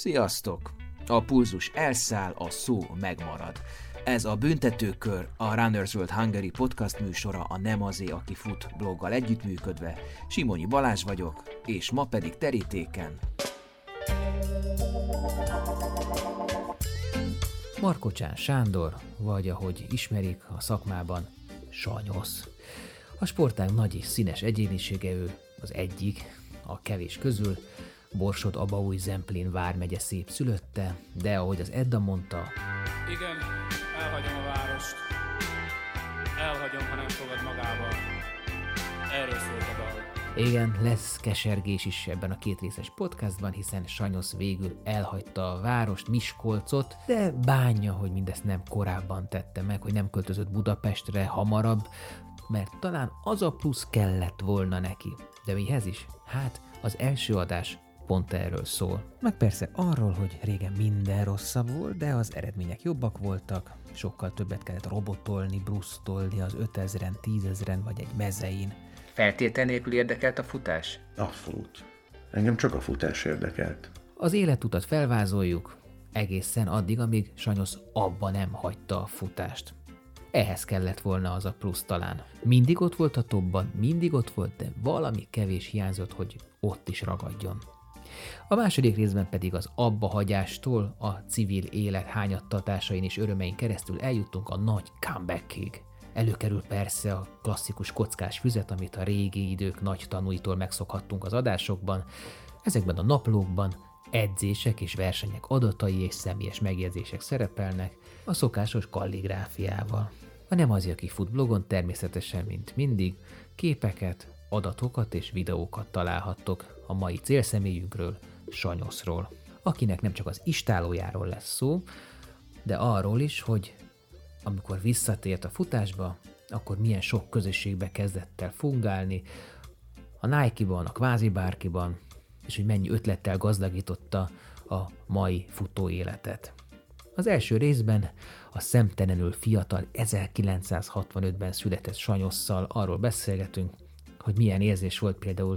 Sziasztok! A pulzus elszáll, a szó megmarad. Ez a Büntetőkör, a Runners World Hungary podcast műsora a Nem azé, aki fut bloggal együttműködve. Simonyi Balázs vagyok, és ma pedig terítéken Markocsán Sándor, vagy ahogy ismerik a szakmában, Sanyosz. A sportág nagy és színes egyénisége, ő az egyik, a kevés közül, Borsod-Abaúj-Zemplén vármegye szép szülötte, de ahogy az Edda mondta... Igen, elhagyom a várost. Elhagyom, ha nem fogad magával. Erről szólt a dal. Igen, lesz kesergés is ebben a kétrészes podcastban, hiszen Sanyosz végül elhagyta a várost, Miskolcot, de bánja, hogy mindezt nem korábban tette meg, hogy nem költözött Budapestre hamarabb, mert talán az a plusz kellett volna neki. De mihez is? Hát az első adás pont erről szól. Meg persze arról, hogy régen minden rosszabb volt, de az eredmények jobbak voltak, sokkal többet kellett robotolni, brusztolni az 5000-en, 10 000-en vagy egy mezein. Feltétel nélkül érdekelt a futás? Abszolút. Engem csak a futás érdekelt. Az életutat felvázoljuk egészen addig, amíg Sanyosz abba nem hagyta a futást. Ehhez kellett volna az a plusz talán. Mindig ott volt a topban, mindig ott volt, de valami kevés hiányzott, hogy ott is ragadjon. A második részben pedig az abbahagyástól a civil élet hányattatásain és örömein keresztül eljuttunk a nagy comebackig. Előkerül persze a klasszikus kockás füzet, amit a régi idők nagy tanúitól megszokhattunk az adásokban. Ezekben a naplókban edzések és versenyek adatai és személyes megjegyzések szerepelnek a szokásos kalligráfiával. A Nem azé, aki fut blogon természetesen, mint mindig, képeket, adatokat és videókat találhattok a mai célszemélyünkről, Sanyoszról, akinek nem csak az istálójáról lesz szó, de arról is, hogy amikor visszatért a futásba, akkor milyen sok közösségbe kezdett el fungálni, a Nike-ban, a kvázi bárkiban, és hogy mennyi ötlettel gazdagította a mai futóéletet. Az első részben a szemtelenül fiatal 1965-ben született Sanyosszal arról beszélgetünk, hogy milyen érzés volt például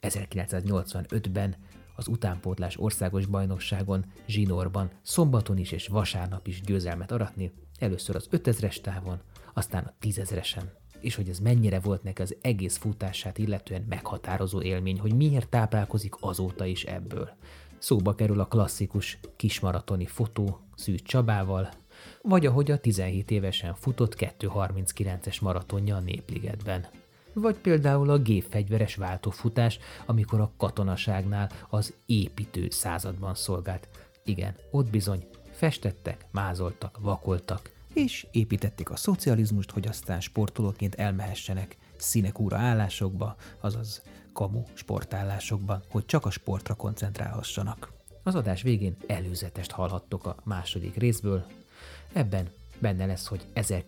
1985-ben az utánpótlás országos bajnokságon, zsinórban, szombaton is és vasárnap is győzelmet aratni, először az 5000-es távon, aztán a 10 000-esen, és hogy ez mennyire volt neki az egész futását illetően meghatározó élmény, hogy miért táplálkozik azóta is ebből. Szóba kerül a klasszikus kismaratoni fotó Szűcs Csabával, vagy ahogy a 17 évesen futott 2:39-es maratonja a Népligetben. Vagy például a gépfegyveres váltófutás, amikor a katonaságnál az építő században szolgált. Igen, ott bizony festettek, mázoltak, vakoltak, és építették a szocializmust, hogy aztán sportolóként elmehessenek színekúra állásokba, azaz kamu sportállásokban, hogy csak a sportra koncentrálhassanak. Az adás végén előzetest hallhattok a második részből. Ebben benne lesz, hogy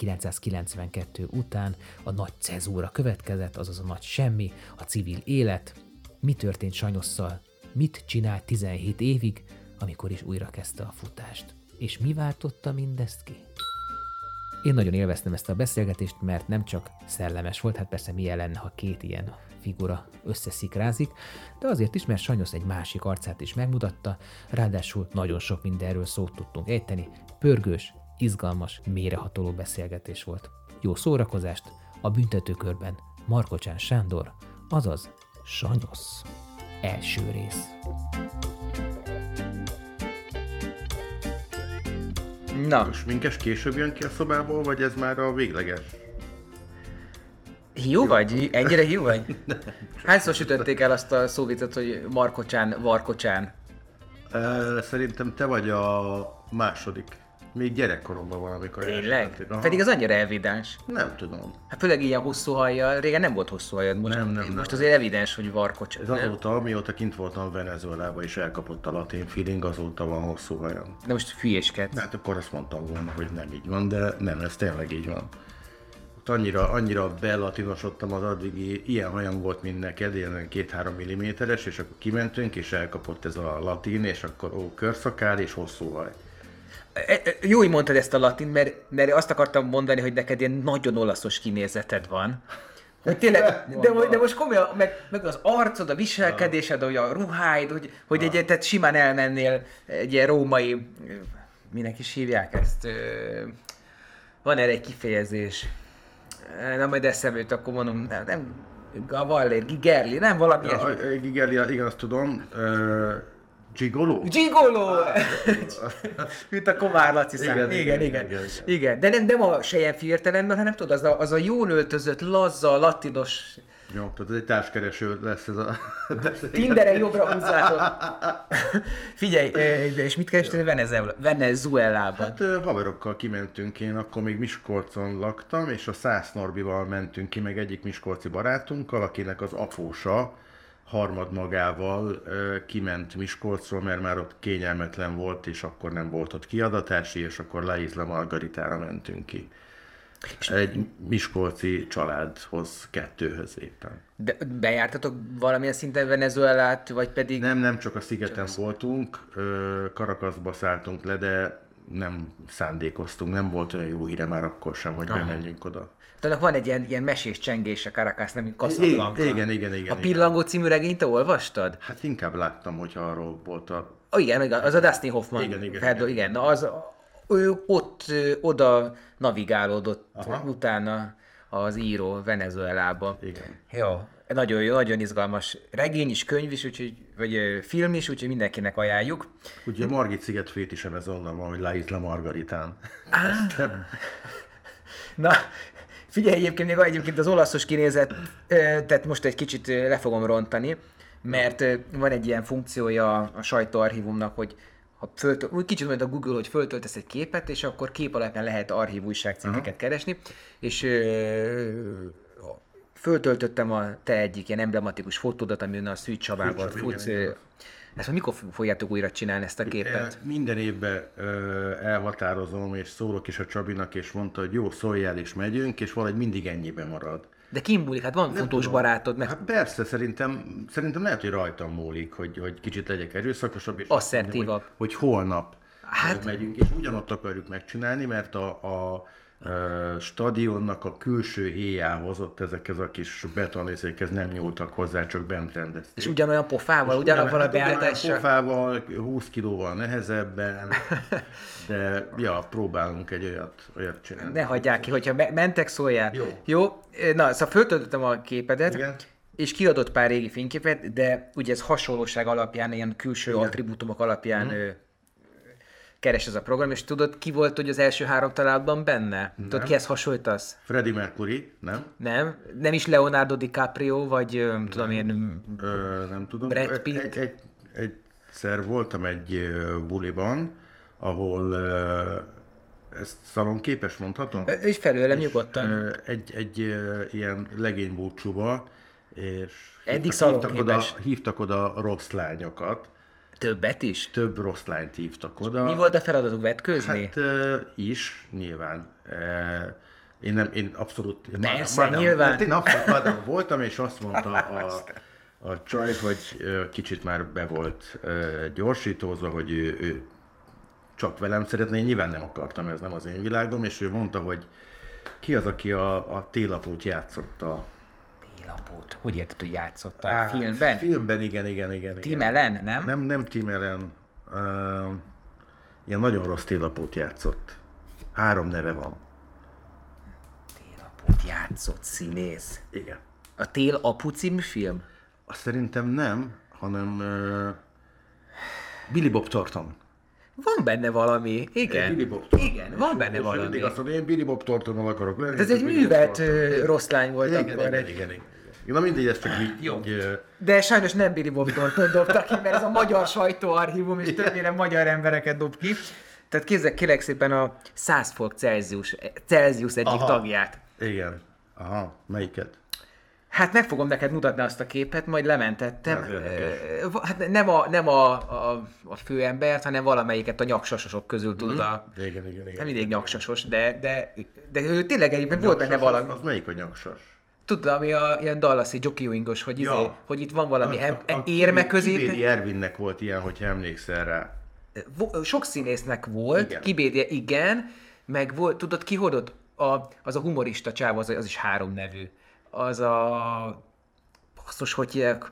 1992 után a nagy cezúra következett, azaz a nagy semmi, a civil élet. Mi történt Sanyosszal? Mit csinált 17 évig, amikor is újra kezdte a futást? És mi váltotta mindezt ki? Én nagyon élveztem ezt a beszélgetést, mert nem csak szellemes volt, hát persze milyen lenne, ha két ilyen figura összeszikrázik, de azért is, mert Sanyosz egy másik arcát is megmutatta, ráadásul nagyon sok mindenről szót tudtunk ejteni, pörgős, izgalmas, mélyrehatoló beszélgetés volt. Jó szórakozást a Büntetőkörben Markocsán Sándor, azaz Sanyosz. Első rész. Na. A sminkes később jön ki a szobából, vagy ez már a végleges? Hiú vagy? Ennyire hiú vagy? Hányszor sütötték el azt a szóvicet, hogy Markocsán, Varkocsán? Szerintem te vagy a második. Még gyerekkoromban valamikor. Tényleg? Pedig az annyira evidens. Nem tudom. Hát főleg ilyen hosszú hajjal, régen nem volt hosszú hajad, most azért evidens, hogy Varkocsán. Ez azóta, mióta kint voltam Venezuelában és elkapott a latin feeling, azóta van hosszú hajam. De most hülyéskedsz. Hát akkor azt mondtam volna, hogy nem így van, de nem, ez tényleg így van. Ott annyira belatinosodtam az addigi, ilyen hajam volt, mint neked, ilyen 2-3 milliméteres, és akkor kimentünk, és elkapott ez a latin, és akkor körszakál és hosszú haj. Jó, hogy mondtad ezt a latin, mert azt akartam mondani, hogy neked ilyen nagyon olaszos kinézeted van. Hogy tényleg, de most komolyan, meg az arcod, a viselkedésed, a ruháid, hogy tehát simán elmennél egy ilyen római, minek is hívják ezt? Van erre egy kifejezés. Na majd eszembe jut, akkor mondom, nem Gavallér, Gigerli, nem valami ilyesmi. Gigerli, igen, azt tudom. Gigoló? Gigoló! Mint a Komár Laci szám. Igen. De nem a sejemfi értelemben, hanem tudod, az a jól öltözött, lazza, latinos... Jó, tehát ez egy társkereső lesz ez a... Tinderen jobbra húzzátok. Figyelj, és mit kerestél Venezuelában? Hát haverokkal kimentünk, én akkor még Miskolcon laktam, és a Szász Norbival mentünk ki, meg egyik miskolci barátunkkal, akinek az apósa harmadmagával kiment Miskolcról, mert már ott kényelmetlen volt, és akkor nem volt ott kiadatási, és akkor La Isla Margaritára mentünk ki. Egy miskolci családhoz, 2-höz éppen. De bejártatok valamilyen szinten Venezuelát, vagy pedig... Nem, csak a szigeten voltunk, Caracasba szálltunk le, de nem szándékoztunk, nem volt olyan jó híre már akkor sem, hogy bemenjünk oda. Tehát van egy ilyen mesés csengés a Caracas, nem Casablanca. Igen. A Pillangó című regényt te olvastad? Hát inkább láttam, hogyha arról volt a... Igen, az a Dustin Hoffman. Igen. Na, ő oda navigálódott utána az író Venezuelába. Igen. Jó. Nagyon jó, nagyon izgalmas regény is, könyv is, vagy film is, úgyhogy mindenkinek ajánljuk. Ugye a Margit sziget fétisem ez onnan van, hogy La Isla Margaritán. Na, figyelj, egyébként az olaszos kinézet, tehát most egy kicsit le fogom rontani, mert van egy ilyen funkciója a sajtóarchívumnak, hogy úgy kicsit mondja a Google, hogy föltöltesz egy képet, és akkor kép alapján lehet archív újságcikkeket keresni, és föltöltöttem a te egyik ilyen emblematikus fotódat, ami a Szűcs Csabával futsz. Ezt mikor fogjátok újra csinálni ezt a képet? Minden évben elhatározom, és szólok is a Csabinak, és mondta, hogy jó, szóljál és megyünk, és valahogy mindig ennyiben marad. De kim múlik? Hát van fotós barátod. Meg... Hát persze, szerintem lehet, hogy rajtam múlik, hogy kicsit legyek erőszakosabb, és asszertívabb. Hogy holnap megyünk, és ugyanott akarjuk megcsinálni, mert a stadionnak a külső héjához, ott ezekhez a kis betonészékhez nem nyúltak hozzá, csak bent rendezték. És ugyanolyan pofával, ugyanabban a beállítással? Pofával, 20 kilóval nehezebben, de próbálunk egy olyat csinálni. Ne hagyják ki, hogyha mentek, szóljál. Jó? Na, szóval föltöltöttem a képedet, igen. És kiadott pár régi fényképet, de ugye ez hasonlóság alapján, ilyen külső attribútumok alapján keres ez a program, és tudod, ki volt, hogy az első 3 találatban benne? Nem. Tudod, kihez hasonlítasz? Freddie Mercury, nem? Nem is Leonardo DiCaprio, vagy tudom én... nem tudom. Brad Pitt? Egyszer voltam egy buliban, ahol ezt szalonképes mondhatom? És felőlem nyugodtan. Egy ilyen legénybúcsúba, és eddig hívtak oda rossz lányokat. Többet is? Több rossz lányt hívtak oda. Mi volt a feladatuk, vetkőzni? Hát is, nyilván. Én abszolút... Persze, nyilván. Hát én abszolút voltam, és azt mondta a csaj, hogy kicsit már be volt gyorsítózva, hogy ő csak velem szeretne. Én nyilván nem akartam, ez nem az én világom, és ő mondta, hogy ki az, aki a télapót játszotta. Télapót? Hogy érted, hogy játszotta? Filmben? Filmben, igen. Tim Allen, nem? Nem Tim Allen. Ilyen nagyon rossz télapót játszott. 3 neve van. Télapót játszott színész? Igen. A Télapu című film? Azt szerintem nem, hanem Billy Bob Thornton. Van benne valami, igen. Billy Bob Thornton. Igen, van benne valami. Mindig azt mondom, én Billy Bob Thorntonnal akarok lenni. Ez egy művelt rossz lány volt akkor. Igen. Na mindegy, ez csak így... Jó. De sajnos nem Billy Bob Thornton dobtak ki, mert ez a magyar sajtóarchívum, és többnyire magyar embereket dob ki. Tehát képzeljük, kérlek szépen a 100 fok Celsius egyik tagját. Igen. Aha, melyiket? Hát meg fogom neked mutatni azt a képet, majd lementettem. Hát nem a főembert, hanem valamelyiket a nyaksasosok közül tudod. Igen. Nem mindig nyaksasos, de ő tényleg egyébként volt benne valami. Az melyik a nyaksas? Tudod, ami ilyen Dallasi jockeyingos, hogy, hogy itt van valami érme közé. Kibédi Ervinnek volt ilyen, hogyha emlékszel rá. Sok színésznek volt, Kibédi, igen, meg volt, tudod ki hodott? Az a humorista csáv, az is 3 nevű. az a... Basszus, hogy hívják?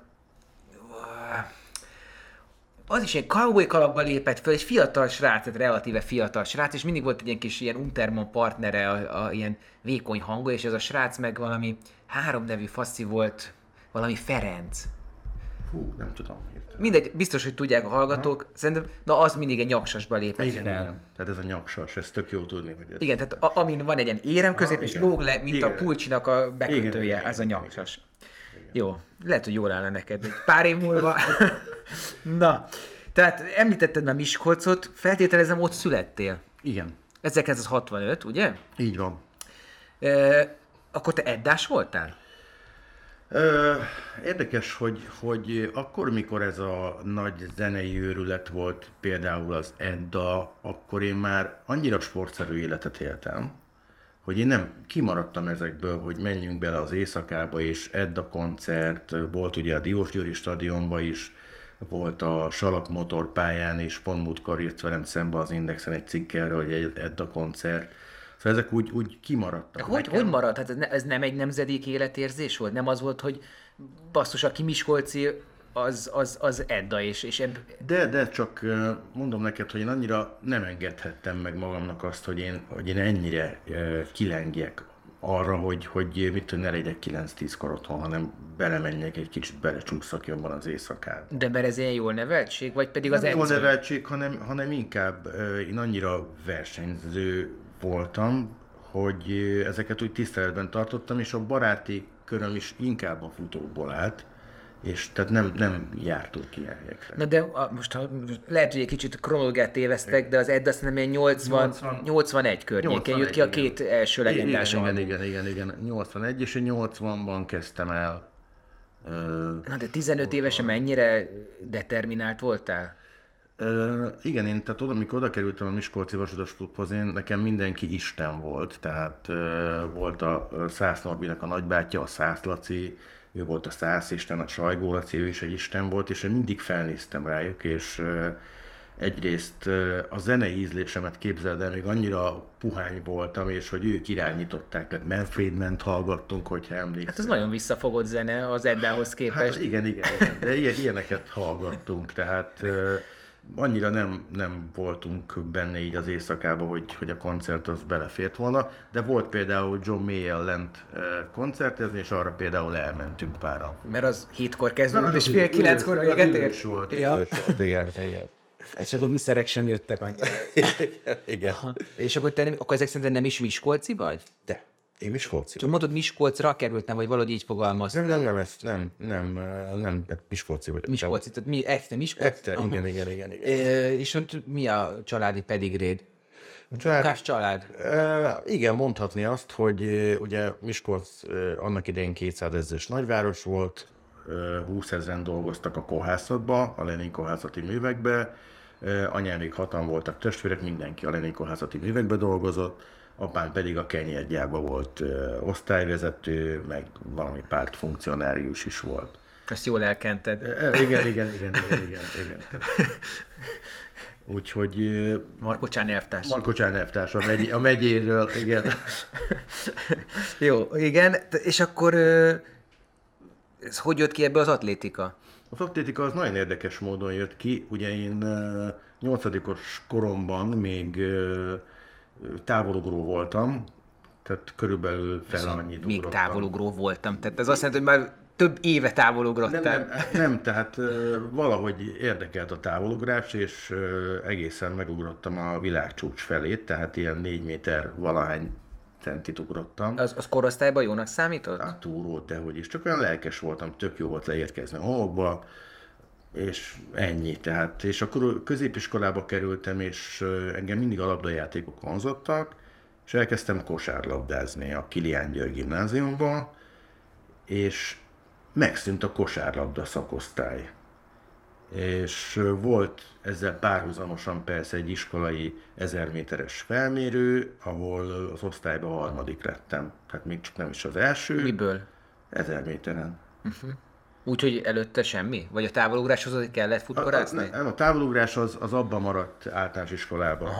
Az is egy cowboy kalapba lépett föl, egy fiatal srác, egy relatíve fiatal srác, és mindig volt egy ilyen kis ilyen Unterman partnere, a ilyen vékony hangú, és ez a srác meg valami 3 nevű faszi volt, valami Ferenc. Fú, nem tudom. Mindegy, biztos, hogy tudják a hallgatók. Szerintem, na az mindig egy nyaksasba lépett Igen, fel. igen. Tehát ez a nyaksas, ez tök jó tudni. Hogy ez... Igen, tehát amin van egy ilyen érem közép, és igen. lóg le, mint Igen. a pulcsinak a bekötője, Igen, ez a igen, nyaksas. Jó, lehet, hogy jól állna neked egy pár év múlva. Na, tehát említetted már Miskolcot, feltételezem, ott születtél. Igen, 1965, ugye? így van. Akkor te eddás voltál? Érdekes, hogy akkor, mikor ez a nagy zenei őrület volt, például az Edda, akkor én már annyira sportszerű életet éltem, hogy én nem kimaradtam ezekből, hogy menjünk bele az éjszakába, és Edda koncert, volt ugye a Diósgyőri stadionban is, volt a Salak motorpályán, és pont múltkor írt velem szembe az Indexen egy cikk erre, hogy egy Edda koncert. Szóval ezek úgy kimaradtak. Hogy maradt? Hát ez nem egy nemzedéki életérzés volt? Nem az volt, hogy basszus, aki miskolci, az Edda, és De csak mondom neked, hogy én annyira nem engedhettem meg magamnak azt, hogy én ennyire kilengjek arra, hogy mit tudom, ne legyek 9-10-kor otthon, hanem belemenjek egy kicsit, belecsúszak jobban az éjszakába. De mert ez ilyen jól neveltség, vagy pedig az Nem jól edző? neveltség, hanem inkább én annyira versenyző voltam, hogy ezeket úgy tiszteletben tartottam, és a baráti köröm is inkább a futókból állt, és tehát nem jártunk ilyen helyekre. Na de most lehet, hogy egy kicsit kronológiát tévesztek, de az Edda azt nem ilyen 81 környékén jött ki a két első legendás album. Igen, 81 és 80-ban kezdtem el. Na de 15 évesen mennyire determinált voltál? Igen, én tehát oda, amikor oda kerültem a Miskolci Vasutas Klubhoz, nekem mindenki isten volt, tehát volt a Szász Norbinak a nagybátyja, a Szász Laci, ő volt a Szász Isten, a Sajgó Laci, ő is egy isten volt, és én mindig felnéztem rájuk, és egyrészt a zenei ízlésemet képzeld el, még annyira puhány voltam, és hogy ők irányították, tehát Manfredment hallgattunk, hogyha emlékszel. Hát ez nagyon visszafogott zene az Eddához képest. Hát igen, de ilyeneket hallgattunk, tehát annyira nem voltunk benne így az éjszakában, hogy a koncert az belefért volna, de volt például John Mayall lent koncertezni, és arra például elmentünk páran. Mert az 7-kor kezdődött, és fél 9-kor véget ért? Volt. Ja. Igen. És akkor miszerek sem jöttek annyira. Igen. És akkor akkor ezek szerint nem is miskolci vagy? De. Én Miskolci. Csak mondod, Miskolcra kerültem, vagy valahogy így fogalmaz. Nem, Miskolci vagy. Miskolci, tehát mi Ekte Miskolci? Igen. És ott mi a családi pedigréd? Család, Kás család? igen, mondhatni azt, hogy ugye Miskolc annak idején 200 000-es nagyváros volt, 20 000 dolgoztak a kohászatba, a Lenin kohászati művekbe, anyámék 6-an voltak testvérek, mindenki a Lenin kohászati művekbe dolgozott, apám pedig a kenyérgyárban volt osztályvezető, meg valami pártfunkcionárius is volt. Ezt jól elkented. Igen. Úgyhogy... Markocsán elvtárs. Markocsán elvtárs a megyéről, igen. Jó, igen, és akkor ez hogy jött ki ebből az atlétika? Az atlétika az nagyon érdekes módon jött ki. Ugye én 8-os koromban még távolugró voltam, tehát körülbelül fel annyit Még ugrottam. távolugró voltam, tehát ez azt jelenti, hogy már több éve távolugrottál. Nem, tehát valahogy érdekelt a távolugrás, és egészen megugrottam a világcsúcs felét, tehát ilyen 4 méter valahány centit ugrottam. Az korosztályban jónak számított? Hát túrót, dehogy is. Csak olyan lelkes voltam, tök jó volt leérkezni a homokba, és ennyi. Tehát, és akkor középiskolába kerültem, és engem mindig a labdajátékok vonzottak, és elkezdtem kosárlabdázni a Kilián György gimnáziumban, és megszűnt a kosárlabda szakosztály. És volt ezzel párhuzamosan persze egy iskolai 1000 méteres felmérő, ahol az osztályban 3. lettem. Tehát még csak nem is az első. Miből? 1000 méteren. Úgyhogy előtte semmi? Vagy a távolugráshoz kellett futkorászni? A távolugrás az abban maradt általános iskolában. Aha.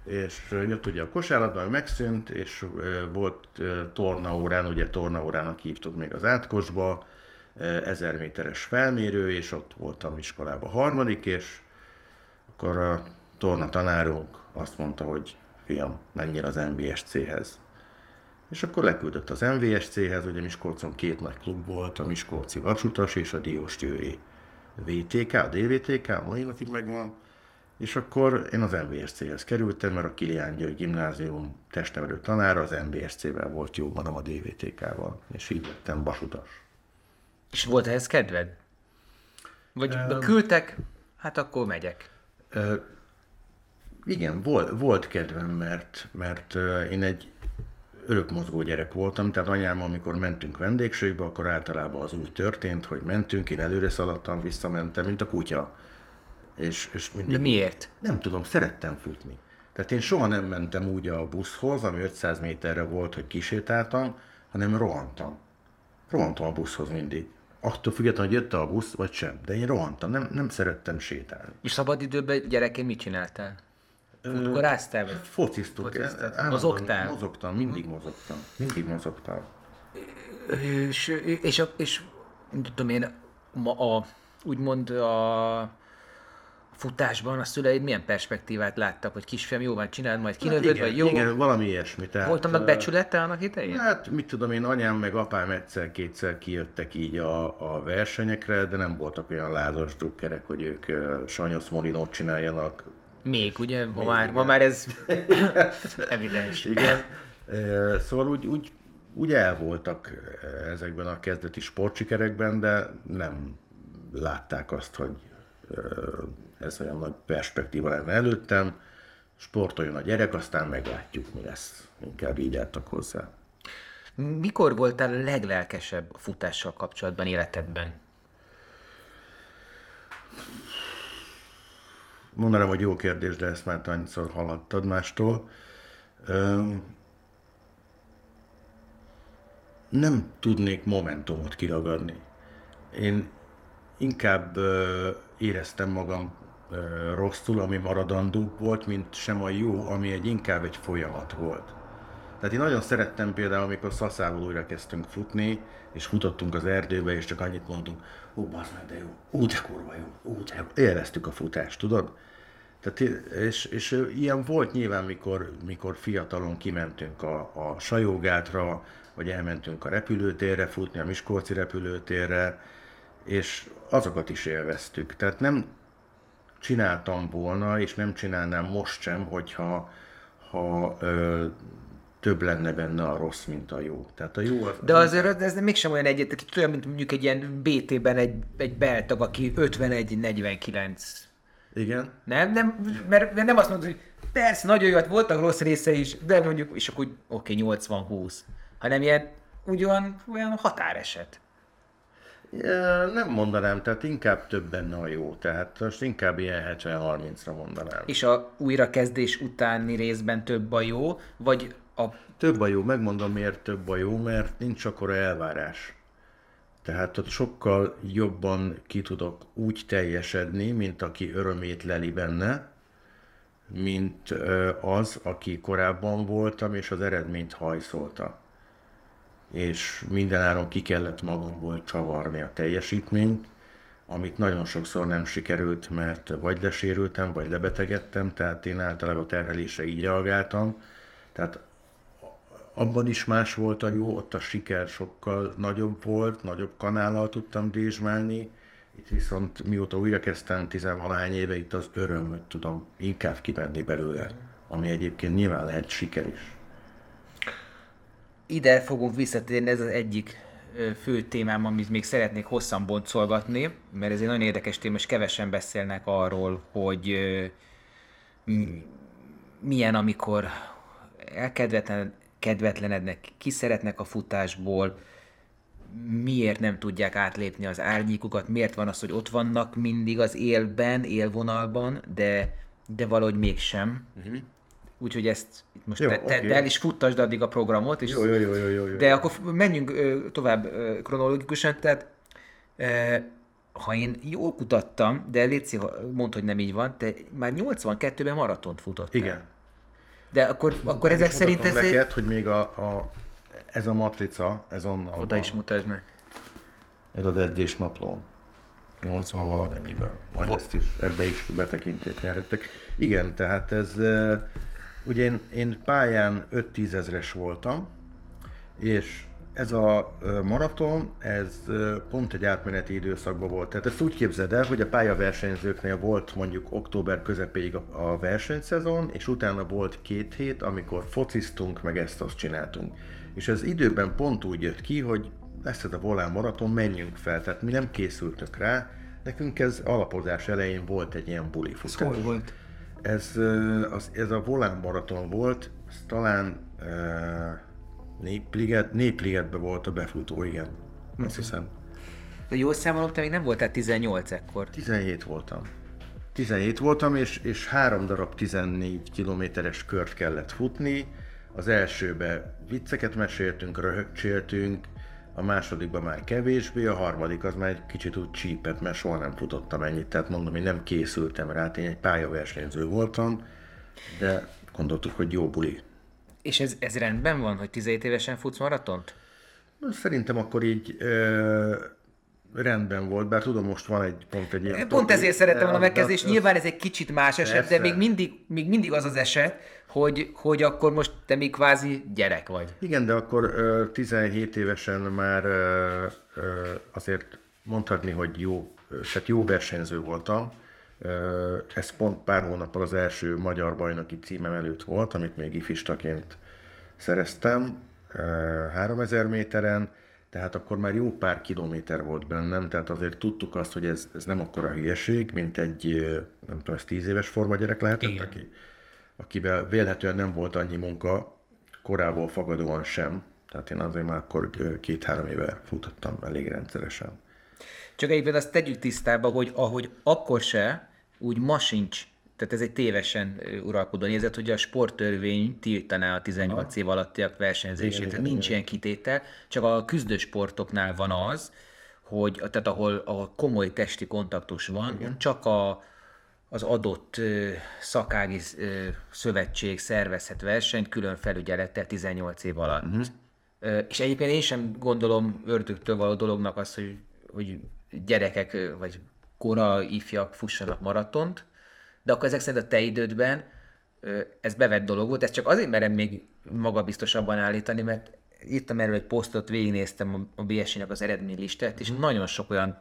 és jött ugye a kosárlabda, megszűnt, és volt tornaórán, ugye tornaórának hívtuk még az átkosba, 1000 méteres felmérő, és ott voltam iskolában harmadik, és akkor a torna tanárunk azt mondta, hogy fiam, menjél az NVSC-hez. És akkor leküldött az NVSC-hez, ugye Miskolcon 2 nagy klub volt, a Miskolci Vasutas és a Diósgyőri VTK, a DVTK, mai napig megvan. És akkor én az NVSC-hez kerültem, mert a Kilián György gimnázium testnevelő tanára az NVSC-vel volt jóban, nem a DVTK-val, és így lettem vasutas. És volt ehhez kedved? Vagy küldtek, hát akkor megyek. Igen, volt kedvem, mert én egy örökmozgó gyerek voltam, tehát anyám, amikor mentünk vendégségbe, akkor általában az úgy történt, hogy mentünk, én előre szaladtam, visszamentem, mint a kutya. És mindig... De miért? Nem tudom, szerettem futni. Tehát én soha nem mentem úgy a buszhoz, ami 500 méterre volt, hogy kisétáltam, hanem rohantam. Rohantam a buszhoz mindig. Attól függetlenül, hogy jött a busz, vagy sem. De én rohantam, nem szerettem sétálni. És szabadidőben gyerekként mit csináltál? Futkoráztál? Fociztuk. Mozoktál? Mozogtam, mindig mozogtam. És tudom én, úgymond a futásban a szüleid milyen perspektívát láttak, hogy kisfiam, jó van, csináld, majd kinövöd, vagy jó? Igen, valami ilyesmi. Volt annak becsülete annak idején? Hát, mit tudom én, anyám meg apám egyszer-kétszer kijöttek így a versenyekre, de nem voltak olyan lázas drukkerek, hogy ők Sanyosz Molinót csináljanak. Még, ugye? Ma már ez evidens. Igen. Szóval úgy el voltak ezekben a kezdeti sportsikerekben, de nem látták azt, hogy ez olyan nagy perspektíva lenne előttem. Sportoljon a gyerek, aztán meglátjuk, mi lesz. Inkább így álltak hozzá. Mikor voltál a leglelkesebb a futással kapcsolatban életedben? Mondanám, hogy jó kérdés, de ezt már annyiszor hallottad mástól. Nem tudnék momentumot kiragadni. Én inkább éreztem magam rosszul, ami maradandó volt, mint sem a jó, ami inkább egy folyamat volt. Tehát én nagyon szerettem például, amikor Szaszával újra kezdtünk futni, és futottunk az erdőbe, és csak annyit mondtunk, bazd meg, de jó, de kurva jó, de jó. Élveztük a futást, tudod? Tehát, és ilyen volt nyilván, mikor fiatalon kimentünk a Sajógátra, vagy elmentünk a repülőtérre futni, a Miskolci repülőtérre, és azokat is élveztük. Tehát nem csináltam volna, és nem csinálnám most sem, hogyha több lenne benne a rossz, mint a jó. Tehát a jó de azért ez mégsem olyan olyan, mint mondjuk egy ilyen BT-ben egy beltag, aki 51-49. Igen. Nem, mert nem azt mondod, hogy persze, nagyon jó, hát voltak rossz része is, de mondjuk, és akkor oké, 80-20. Hanem ilyen olyan határeset. Nem mondanám, tehát inkább több benne a jó, tehát most inkább ilyen 70-30-ra mondanám. És a újrakezdés utáni részben több a jó, vagy a... Több a jó, megmondom miért több a jó, mert nincs akkora elvárás. Tehát ott sokkal jobban ki tudok úgy teljesedni, mint aki örömét leli benne, mint az, aki korábban voltam, és az eredményt hajszolta. És mindenáron ki kellett magamból csavarni a teljesítményt, amit nagyon sokszor nem sikerült, mert vagy lesérültem, vagy lebetegedtem, tehát én általában a terhelésre így reagáltam. Tehát abban is más volt a jó, ott a siker sokkal nagyobb volt, nagyobb kanállal tudtam dézsmálni. Itt viszont mióta újra kezdtem 10-valahány éve, itt az örömöt tudom inkább kivenni belőle, ami egyébként nyilván lehet siker is. Ide fogunk visszatérni, ez az egyik fő témám, amit még szeretnék hosszan boncolgatni, mert ez egy nagyon érdekes téma, és kevesen beszélnek arról, hogy milyen, amikor elkedvetlenednek, kiszeretnek a futásból, miért nem tudják átlépni az árnyékukat, miért van az, hogy ott vannak mindig az élvonalban, de valahogy mégsem. Uh-huh. Úgyhogy ezt most te el is futtasd addig a programot. És jó. De akkor menjünk tovább kronológikusan, tehát ha én jól kutattam, de Léci mondd, hogy nem így van, te már 82-ben maratont futottál. Igen. De akkor ezek szerint ez... neked, hogy még ez a matrica, ez onnan Oda is mutasd meg. Ez az edzésnaplón. 80 valamennyiben. Majd ezt is, ebbe is betekintést nyerhettek. Igen, tehát ez... Ugye én pályán 5-10 ezres voltam, és ez a maraton, ez pont egy átmeneti időszakban volt. Tehát ezt úgy képzeld el, hogy a pályaversenyzőknél volt mondjuk október közepéig a versenyszezon, és utána volt 2 hét, amikor fociztunk, meg ezt-azt csináltunk. És ez időben pont úgy jött ki, hogy lesz ez a volán maraton, menjünk fel. Tehát mi nem készültök rá, nekünk ez alapozás elején volt egy ilyen buli futás. Hol volt? Ez a volán maraton volt, ez talán Népligetben volt a befutó, igen. Azt hiszem. De jól számolom, te még nem voltál 18 ekkor. 17 voltam. 17 voltam, és 3 darab 14 kilométeres kört kellett futni. Az elsőbe vicceket meséltünk, röhögcséltünk, a másodikban már kevésbé, a harmadik az már egy kicsit úgy csípett, mert soha nem futottam ennyit, tehát mondom, én nem készültem rá, én egy pályaversenyző voltam, de gondoltuk, hogy jó buli. És ez rendben van, hogy 17 évesen futsz maratont? Szerintem akkor így rendben volt, bár tudom, most van egy ilyen... Pont ezért szerettem volna megkezdést, nyilván ez egy kicsit más eset, persze. De még mindig az az eset, hogy akkor most te még kvázi gyerek vagy. Igen, de akkor 17 évesen már azért mondhatni, hogy jó versenyző voltam. Ez pont pár hónappal az első magyar bajnoki címem előtt volt, amit még ifistaként szereztem, 3000 méteren, tehát akkor már jó pár kilométer volt bennem, tehát azért tudtuk azt, hogy ez nem akkora hülyeség, mint egy, nem tudom, ez 10 éves formagyerek lehetett, akivel vélhetően nem volt annyi munka, korából fagadóan sem, tehát én azért már akkor 2-3 éve futottam elég rendszeresen. Csak egyébként azt tegyük tisztába, hogy ahogy akkor se, úgy ma sincs. Tehát ez egy tévesen uralkodó nézet, hogy a sporttörvény tiltaná a 18 év alattiak versenyzését. Tehát nincs ilyen kitétel, csak a küzdősportoknál van az, hogy tehát ahol komoly testi kontaktus van, csak az adott szakági szövetség szervezhet versenyt külön felügyelettel 18 év alatt. És egyébként én sem gondolom ördögtől való dolognak azt, hogy gyerekek vagy kora ifjak fussanak maratont, de akkor ezek szerint a te idődben ez bevett dolog volt. Ezt csak azért merem még magabiztosabban állítani, mert írtam erről egy posztot, végignéztem a BSI-nek az eredménylistát, és nagyon sok olyan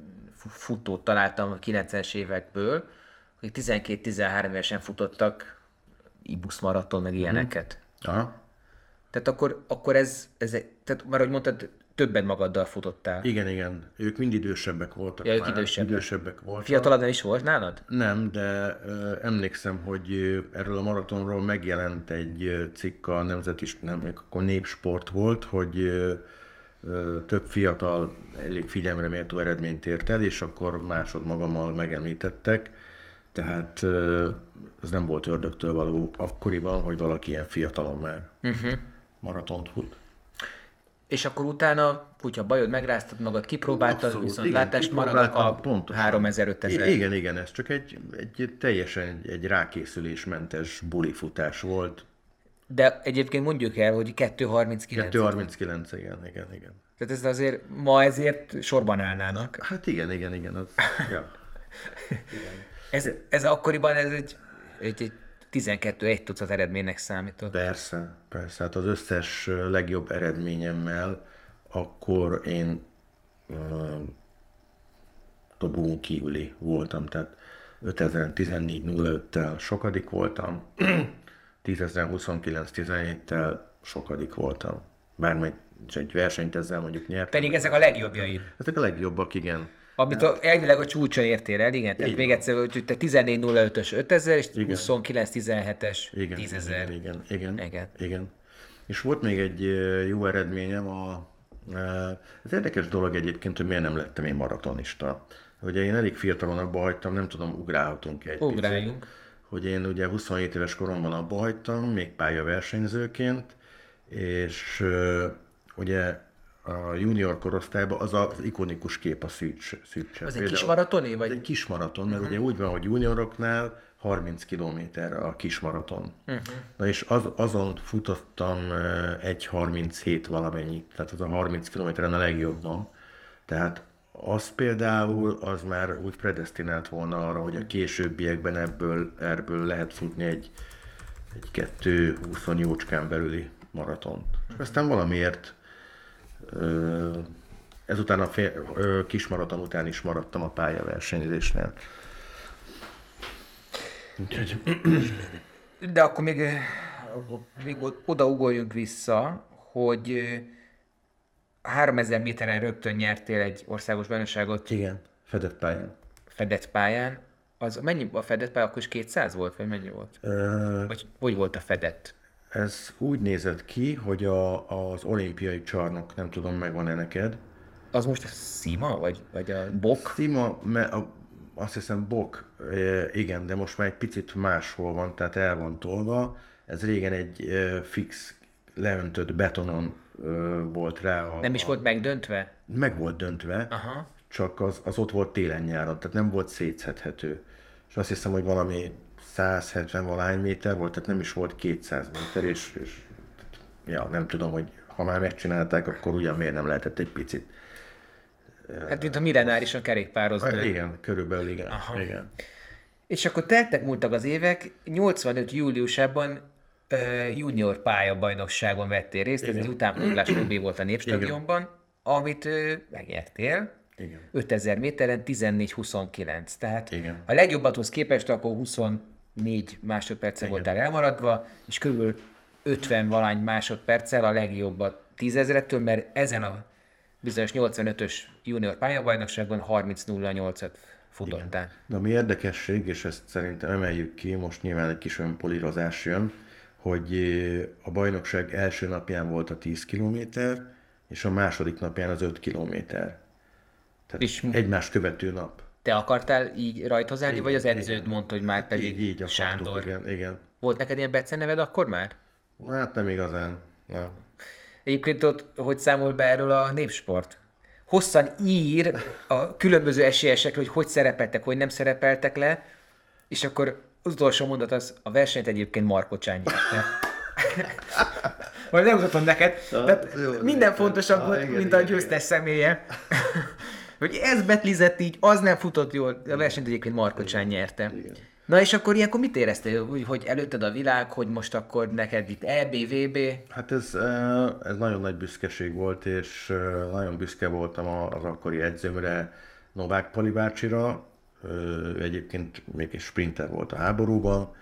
futót találtam a 90-es évekből, akik 12-13 évesen futottak Ibusz maraton, meg ilyeneket. Aha. Tehát akkor ez tehát már ahogy mondtad, többet magaddal futottál. Igen. Ők mind idősebbek voltak. Ja, ők idősebbek voltak. Fiatalabb nem is volt nálad? Nem, de emlékszem, hogy erről a maratonról megjelent egy cikk a akkor Népsport volt, hogy több fiatal elég figyelemre méltó eredményt ért el, és akkor magammal megemlítettek. Tehát ez nem volt ördögtől való akkoriban, hogy valaki ilyen fiatalon már maratont fut. És akkor utána, hogyha bajod, megráztad magad, kipróbáltad, abszolút, viszont látást maradnak a 3000-5000. Igen, ez csak egy teljesen egy rákészülésmentes bulifutás volt. De egyébként mondjuk el, hogy 2:39. 2:39, igen. Tehát ez azért ma ezért sorban állnának. Hát igen. Az, ja. Ez akkoriban egy 12-1 tucat eredménynek számított. Persze. Hát az összes legjobb eredményemmel akkor én dobón kívüli voltam, tehát 5000 14:05-tel sokadik voltam, 10.000 29-17-tel sokadik voltam. Bármely egy versenyt ezzel mondjuk nyertem. Pedig ezek a legjobbjaid. Ezek a legjobbak, igen. Amit elvileg a csúcson értél el, igen. Tehát még egyszer, hogy te 14:05-ös 5000 és 29-17-es 10.000. Igen. És volt még egy jó eredményem, ez érdekes dolog egyébként, hogy miért nem lettem én maratonista. Ugye én elég fiatalon abba hagytam, nem tudom, ugrálhatunk egy Ugráljunk. picit. Hogy én ugye 27 éves koromban abba hagytam, még pályaversenyzőként, és ugye a junior korosztályban az az ikonikus kép a Szűcs. Az egy kis maratoné? Vagy? Ez egy kis maraton, mert ugye úgy van, hogy junioroknál 30 kilométerre a kismaraton. Na és azon futottam 1.37 valamennyit, tehát az a 30 kilométeren a legjobban. Tehát az például, az már úgy predesztinált volna arra, hogy a későbbiekben ebből lehet futni egy 2:20 jócskán belüli maratont. Aztán valamiért ezután a kismaraton után is maradtam a pályaversenyzésnél. De akkor még odaugorjunk vissza, hogy 3000 méteren rögtön nyertél egy országos bajnokságot. Igen, fedett pályán. Fedett pályán. Az mennyi a fedett pálya, akkor is 200 volt, vagy mennyi volt? Vagy hogy volt a fedett? Ez úgy nézett ki, hogy az olimpiai csarnok, nem tudom, megvan-e neked. Az most a szima, vagy a bok? Szima, azt hiszem bok, igen, de most már egy picit máshol van, tehát el van tolva. Ez régen egy fix, leöntött betonon volt rá. Nem is volt megdöntve? Meg volt döntve, aha. Csak az ott volt télen-nyáron, tehát nem volt szétszedhető. És azt hiszem, hogy valami 170 valahány méter volt, tehát nem is volt 200 méter, és ja, nem tudom, hogy ha már megcsinálták, akkor ugyan miért nem lehetett egy picit. Hát mint a millenárisan kerékpározni. Igen, körülbelül igen. Igen. És akkor múltak az évek, 85. júliusában junior pályabajnokságon vettél részt, ez egy utánpótlás VB volt a Népstadionban, amit megnyertél. Igen. 5000 méteren 14:29. Tehát igen. A legjobbathoz képest akkor 24 másodperccel voltál elmaradva, és körülbelül 50 valány másodperccel a legjobbat 10.000-től, mert ezen a bizonyos 85-ös junior pályabajnokságban 30:08-at futottál. De ami érdekesség, és ezt szerintem emeljük ki, most nyilván egy kis önpolírozás jön, hogy a bajnokság első napján volt a 10 kilométer, és a második napján az 5 kilométer. Tehát és egymást követő nap. Te akartál így rajthoz állni, vagy az edződ mondta, hogy már pedig így Sándor? Igen. Volt neked ilyen beceneved akkor már? Hát nem igazán. Ja. Egyébként ott, hogy számol be erről a Népsport? Hosszan ír a különböző esélyesekről, hogy szerepeltek, hogy nem szerepeltek le, és akkor az utolsó mondat az, a versenyt egyébként Marko Csán nyerte. Majd nem mutatom neked, de minden fontosabb volt, mint a győztes személye. Hogy ez betlizett így, az nem futott jól, a versenyt egyébként Marko Csán nyerte. Igen. Na és akkor ilyenkor mit éreztél, hogy előtted a világ, hogy most akkor neked itt EB, VB? Hát ez nagyon nagy büszkeség volt, és nagyon büszke voltam az akkori edzőmre, Novák Pali bácsira. Egyébként még egy sprinter volt a háborúban,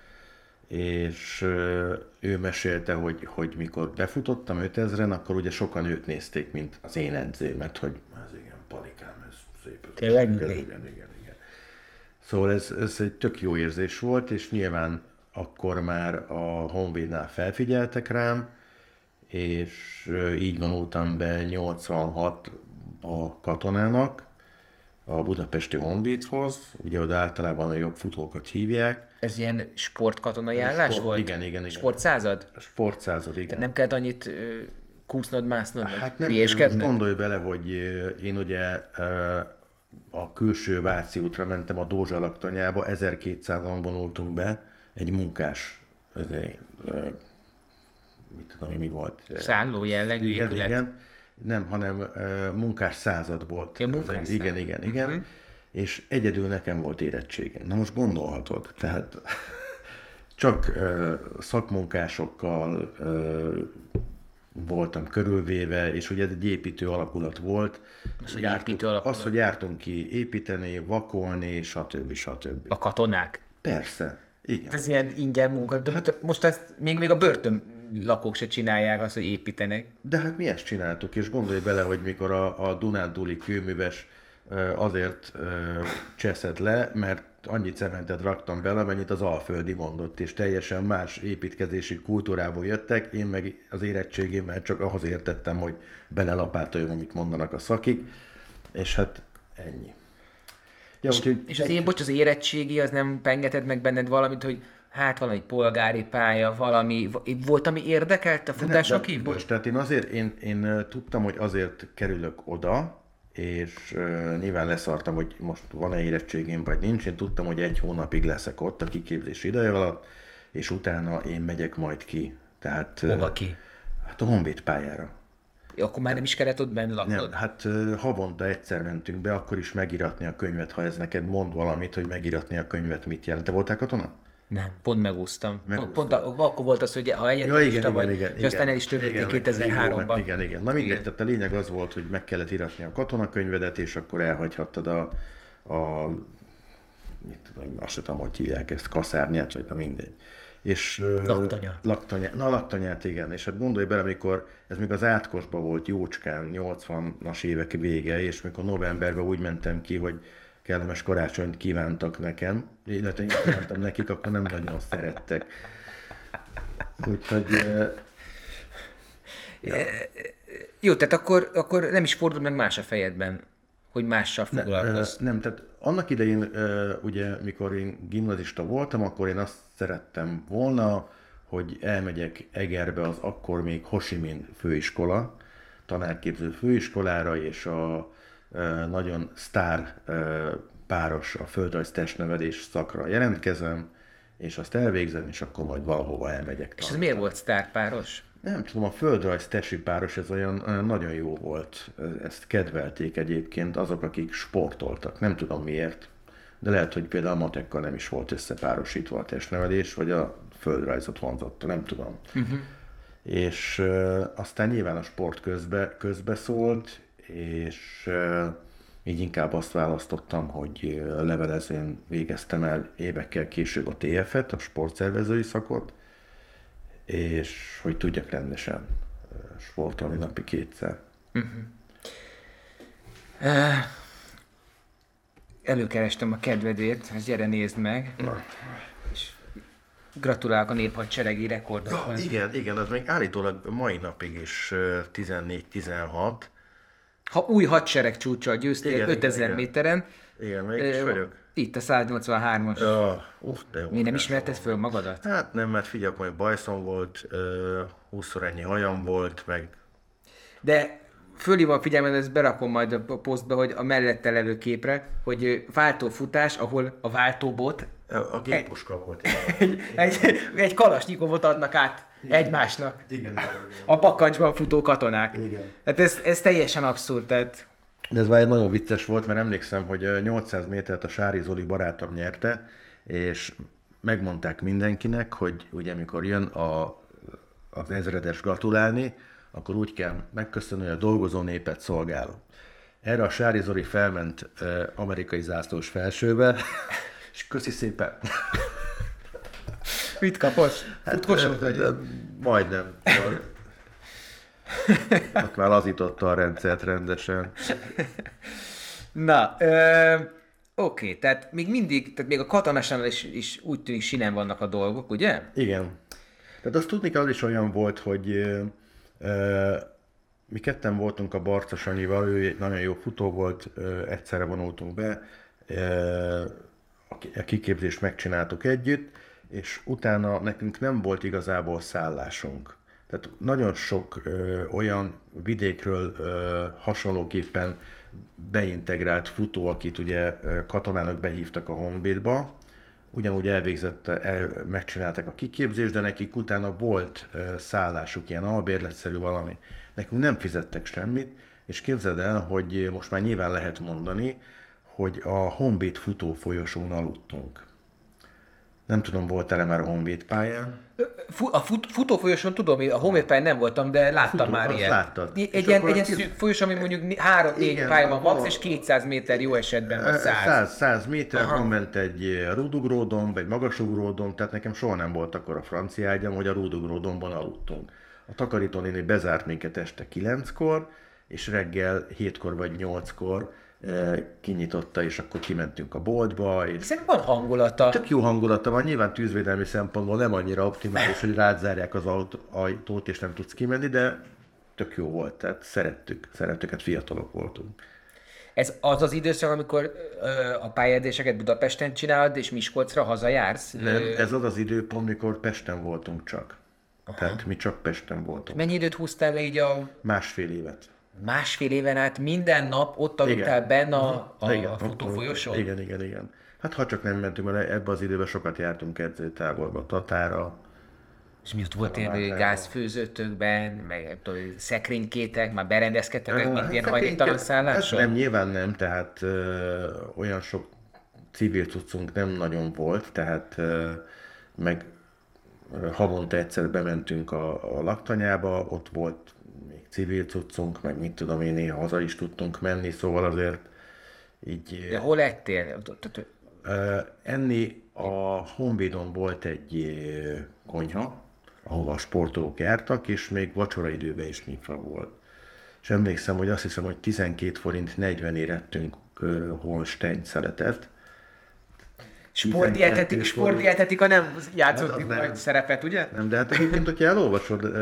és ő mesélte, hogy mikor befutottam 5000-en, akkor ugye sokan őt nézték, mint az én edzőmet, hogy ez igen, Palikám, ez szép. Tényleg? Igen. Szóval ez egy tök jó érzés volt, és nyilván akkor már a Honvédnál felfigyeltek rám, és így vonultam be 86 a Katonának, a budapesti Honvédhoz, ugye oda általában a jobb futókat hívják. Ez ilyen sportkatonai állás volt? Igen. Sportszázad? Sportszázad, igen. Tehát nem kellett annyit kúsznod, másznod, hát nem, gondolj bele, hogy én ugye a külső Váci útra mentem a Dózsa laktanyába, 1200-an vonultunk be, egy munkás, mit tudom, mi volt? Szálló jellegű épület. Igen. Nem, hanem munkás század volt. Ja, munkás igen. Uh-huh. És egyedül nekem volt érettségem. Na most gondolhatod, tehát csak szakmunkásokkal voltam körülvéve, és ugye ez egy építő alakulat volt. Az, hogy jártunk ki építeni, vakolni, stb. A katonák? Persze, igen. Ez ilyen ingyen munka, de hát most ezt még a börtön lakók se csinálják azt, hogy építenek. De hát mi ezt csináltuk, és gondolj bele, hogy mikor a Dunántúli kőműves azért cseszett le, mert annyi cementet raktam bele, amennyit az Alföldi mondott, és teljesen más építkezési kultúrából jöttek, én meg az érettségémmel csak ahhoz értettem, hogy belelapátoljon, amit mondanak a szakik, és hát ennyi. Ja, és az érettségi, az nem pengetett meg benned valamit, hogy hát valami polgári pálya, valami, volt, ami érdekelt a futásra kívül? Tehát én tudtam, hogy azért kerülök oda, és nyilván leszartam, hogy most van-e érettségém, vagy nincs. Én tudtam, hogy 1 hónapig leszek ott a kiképzés ideje alatt, és utána én megyek majd ki. Tehát, hova ki? Hát a Honvéd pályára. Akkor már nem is kellett ott benne laknod? Nem, hát havonta egyszer mentünk be, akkor is megiratni a könyvet, ha ez neked mond valamit, hogy megiratni a könyvet mit jelent. Te voltál katona? Nem, pont megúsztam. Pont akkor volt az, hogy ha egyetemista vagy, és aztán el is törölték 2003-ban. Igen. Na mindegy, tehát a lényeg az volt, hogy meg kellett iratni a katonakönyvedet, és akkor elhagyhattad mit tudom, azt sem tudom, hogy hívják ezt, kaszárnyát, vagy na mindegy. És laktanyát, igen. És hát gondolj bele, amikor ez még az átkosban volt jócskán, 80-as évek vége, és mikor novemberben úgy mentem ki, hogy kellemes karácsonyt kívántak nekem, illetve én kívántam nekik, akkor nem nagyon szerettek. Úgyhogy... Jó, tehát akkor nem is fordul meg más a fejedben, hogy mással foglalkozz. Nem, tehát annak idején, ugye, mikor én gimnazista voltam, akkor én azt szerettem volna, hogy elmegyek Egerbe az akkor még Ho Chi Minh főiskola, tanárképző főiskolára, és a nagyon sztár páros a földrajz testnevelés szakra jelentkezem, és azt elvégzem, és akkor majd valahova elmegyek. És ez miért volt sztárpáros? Nem tudom, a földrajz tesi páros, ez olyan nagyon jó volt. Ezt kedvelték egyébként azok, akik sportoltak. Nem tudom miért, de lehet, hogy például a matekkal nem is volt összepárosítva a testnevelés, vagy a földrajzot vonzotta, nem tudom. Uh-huh. És aztán nyilván a sport közbe szólt, és így inkább azt választottam, hogy levelezőn végeztem el évekkel később a TF-et, a sportszervezői szakot, és hogy tudjak rendesen sportolni napi 2-szer. Uh-huh. Előkerestem a kedvedért, ezt gyere nézd meg. És gratulálok a néphadseregi rekordokhoz. Igen, az még állítólag mai napig is 14-16. Ha új hadsereg csúccsal győztél 5000 méteren. Igen, melyik is vagyok. Itt a 183-as. Mi nem ismerted föl magadat? Hát nem, mert figyelj, hogy bajszom volt, 20-szor ennyi hajam volt, meg... De fölhívom a figyelmet, ezt berakom majd a posztba, hogy a mellettel elő képre, hogy váltófutás, ahol a váltóbot... A géppuska volt. Egy kalasnyikovot adnak át egymásnak. Igen. A bakancsban futó katonák. Igen. Hát ez teljesen abszurd, tehát... De ez már nagyon vicces volt, mert emlékszem, hogy 800 métert a Sári Zoli barátom nyerte, és megmondták mindenkinek, hogy ugye amikor jön az ezredes gratulálni, akkor úgy kell megköszönni, hogy a dolgozó népet szolgálom. Erre a Sári Zoli felment amerikai zászlós felsőbe, és köszi szépen. Mit kapott? Hát, majdnem. Ott már lazította a rendszert rendesen. Na, oké, tehát még mindig, tehát még a katonásnál is úgy tűnik sinen vannak a dolgok, ugye? Igen. Tehát azt tudni kell, az is olyan volt, hogy mi ketten voltunk a Barca Sanyival, ő egy nagyon jó futó volt, egyszerre vonultunk be, a kiképzést megcsináltuk együtt, és utána nekünk nem volt igazából szállásunk. Tehát nagyon sok olyan vidékről hasonlóképpen beintegrált futó, akit ugye katonának behívtak a Honvédba, ugyanúgy megcsinálták a kiképzést, de nekik utána volt szállásuk, ilyen albérletszerű valami. Nekünk nem fizettek semmit, és képzeld el, hogy most már nyilván lehet mondani, hogy a Honvéd futófolyosón aludtunk. Nem tudom, voltál-e már a Honvéd pályán? A futófolyoson tudom, a Honvéd pályán nem voltam, de láttam már ilyet. Láttad. Egy ilyen szűk folyos, ami mondjuk 3-4 pálya van max, és 200 méter jó esetben, vagy 100. 100 méter, van ment egy rúdugródon, vagy magasugródon, tehát nekem soha nem volt akkor a francia ágyam, hogy a rúdugródonban aludtunk. A takarítónéni bezárt minket este 9-kor, és reggel 7-kor vagy 8-kor kinyitotta, és akkor kimentünk a boltba. És szerintem van hangulata. Tök jó hangulata van, nyilván tűzvédelmi szempontból nem annyira optimális, hogy rád zárják az ajtót, és nem tudsz kimenni, de tök jó volt, tehát szerettük, hát fiatalok voltunk. Ez az időszak, amikor a pályázéseket Budapesten csinálod, és Miskolcra hazajársz? Nem, ez az időpont, mikor Pesten voltunk csak. Aha. Tehát mi csak Pesten voltunk. Mennyi időt húztál le így a... Másfél évet. másfél éven át minden nap ott aludtál benne a futófolyosón? Igen. Hát ha csak nem mentünk, mert ebben az időben sokat jártunk edzőtáborba, Tatára. És mi ott volt ilyen gázfőzőtökben, meg szekrénykétek, már berendezkedtek, mint ilyen hajléktalan szálláson? Nem, nyilván nem, tehát olyan sok civil cuccunk nem nagyon volt, tehát meg havonta egyszer bementünk a laktanyába, ott volt még civil cuccunk, meg mit tudom én, néha haza is tudtunk menni, szóval azért így... De hol ettél? Enni a Honvédon volt egy konyha, ahova a sportolók jártak, és még vacsoraidőben is nyitva volt. És emlékszem, hogy azt hiszem, hogy 12 forint 40-ért ettünk Holstein szeletet. Sportdietetika nem játszott nagy szerepet, ugye? Nem, de hát egyébként, hogyha elolvasod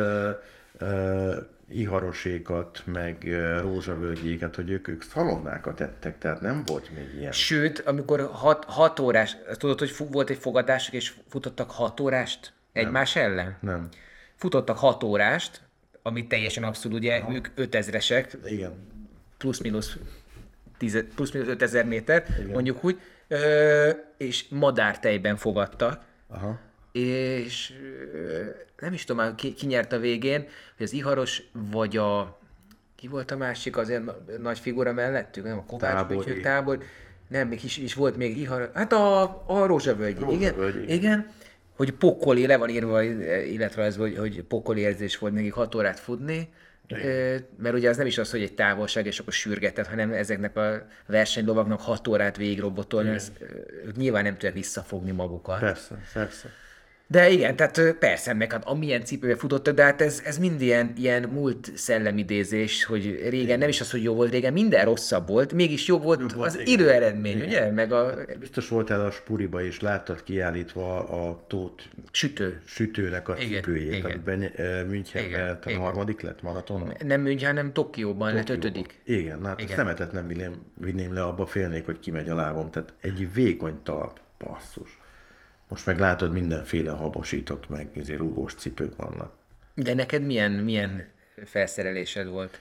Iharosékat, meg Rózsavölgyéket, hogy ők szalonnákat ettek, tehát nem volt még ilyen. Sőt, amikor 6 órás, tudod, hogy volt egy fogadásuk, és futottak 6 órást egymás ellen? Nem. Futottak 6 órást, ami teljesen abszurd, ugye, ők 5000-esek. Igen. Plusz-minusz 5000 méter, igen. Mondjuk úgy, és madártejben fogadtak. Aha. És nem is tudom már ki nyert a végén, hogy az Iharos vagy ki volt a másik, az ilyen nagy figura mellettük, nem a Kovács Tábor, nem, még is volt még Iharos, hát a Rózsavölgyi, igen, hogy pokoli, le van írva, illetve az, hogy pokoli érzés volt nekik 6 órát futni, mert ugye az nem is az, hogy egy távolság, és akkor sürgetett, hanem ezeknek a versenylovagnak 6 órát végigrobotolni, ők nyilván nem tudják visszafogni magukat. Persze. De igen, tehát persze, meg hát amilyen cipőbe futottak, de hát ez mind ilyen múlt szellemidézés, hogy régen nem is az, hogy jó volt, régen minden rosszabb volt, mégis jobb volt az időeredmény, ugye? Meg biztos voltál a Spuriba is, láttad kiállítva a Tóth sütőnek a cipőjét, amiben Münchenben a harmadik lett maratonon. Nem München, hanem Tokióban lett 5. Igen, hát a szemetet nem vinném le, abba félnék, hogy kimegy a lábam, tehát egy vékony talp, basszus. Most meg látod, mindenféle habosított, meg rúgós cipők vannak. De neked milyen felszerelésed volt?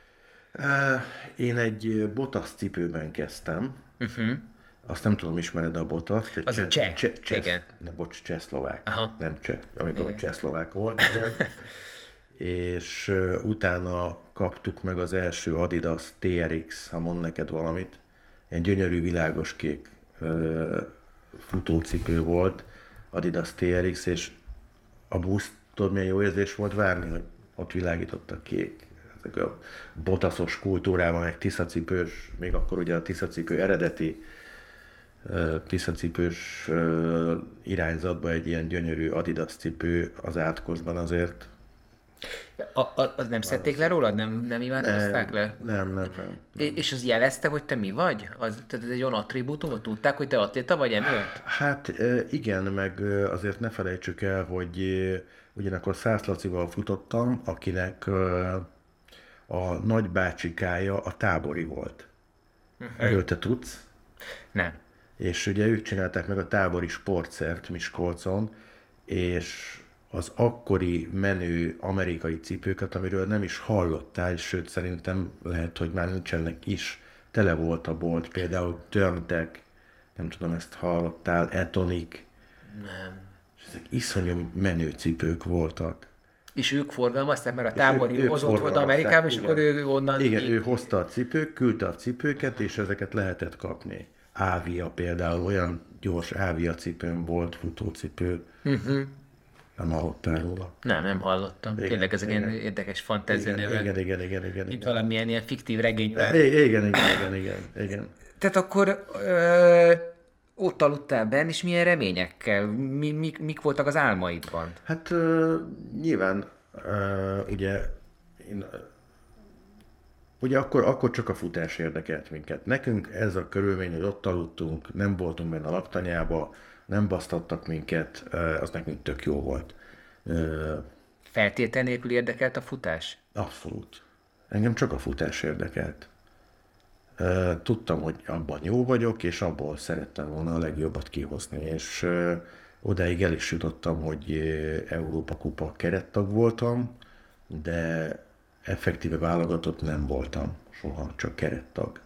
Én egy Botas cipőben kezdtem. Azt nem tudom, ismered a Botas. Az a cseh. Igen. Csehszlovák. Aha. Nem cseh, amikor csehszlovák volt. És utána kaptuk meg az első Adidas TRX, ha mond neked valamit. Egy gyönyörű világos kék futócipő volt, Adidas TRX, és a busz, tudod, milyen jó érzés volt várni, hogy ott világított a kék. Ezek a botaszos kultúrában, meg tiszacipős, még akkor ugye a tiszacipő eredeti tiszacipős irányzatban egy ilyen gyönyörű Adidas cipő az átkozban azért. Az nem szedték le rólad? Nem imádkozták le? Nem. És az jelezte, hogy te mi vagy? Tehát ez egy olyan attribútum, hogy tudták, hogy te atléta vagy emiatt? Hát igen, meg azért ne felejtsük el, hogy ugyanakkor Szász Lacival futottam, akinek a nagybácsikája a tábori volt. Erről te tudsz? Nem. És ugye ők csinálták meg a tábori sportszert Miskolcon, és az akkori menő amerikai cipőket, amiről nem is hallottál, sőt szerintem lehet, hogy már nincsenek is, tele volt a bolt, például Turntec, nem tudom, ezt hallottál, Etonic. Nem. És ezek iszonyú menő cipők voltak. És ők forgalmazták, mert a tábori hozott volt Amerikában, és akkor ő onnan... Igen, ő hozta a cipők, küldte a cipőket, és ezeket lehetett kapni. Avia például, olyan gyors Avia cipőm volt, futócipő. Nem hallottál róla? Nem hallottam. Igen, tényleg ezek ilyen érdekes fantázianevek. Igen. Mint valamilyen ilyen fiktív regényben. Igen. Tehát akkor ott aludtál benn, és milyen reményekkel? Mik voltak az álmaidban? Hát nyilván ugye akkor csak a futás érdekelt minket. Nekünk ez a körülmény, hogy ott aludtunk, nem voltunk benne a laktanyába, nem basztattak minket, az nekünk tök jó volt. Feltétel nélkül érdekelt a futás? Abszolút. Engem csak a futás érdekelt. Tudtam, hogy abban jó vagyok, és abból szerettem volna a legjobbat kihozni, és odáig el is jutottam, hogy Európa Kupa kerettag voltam, de effektíve válogatott nem voltam soha, csak kerettag.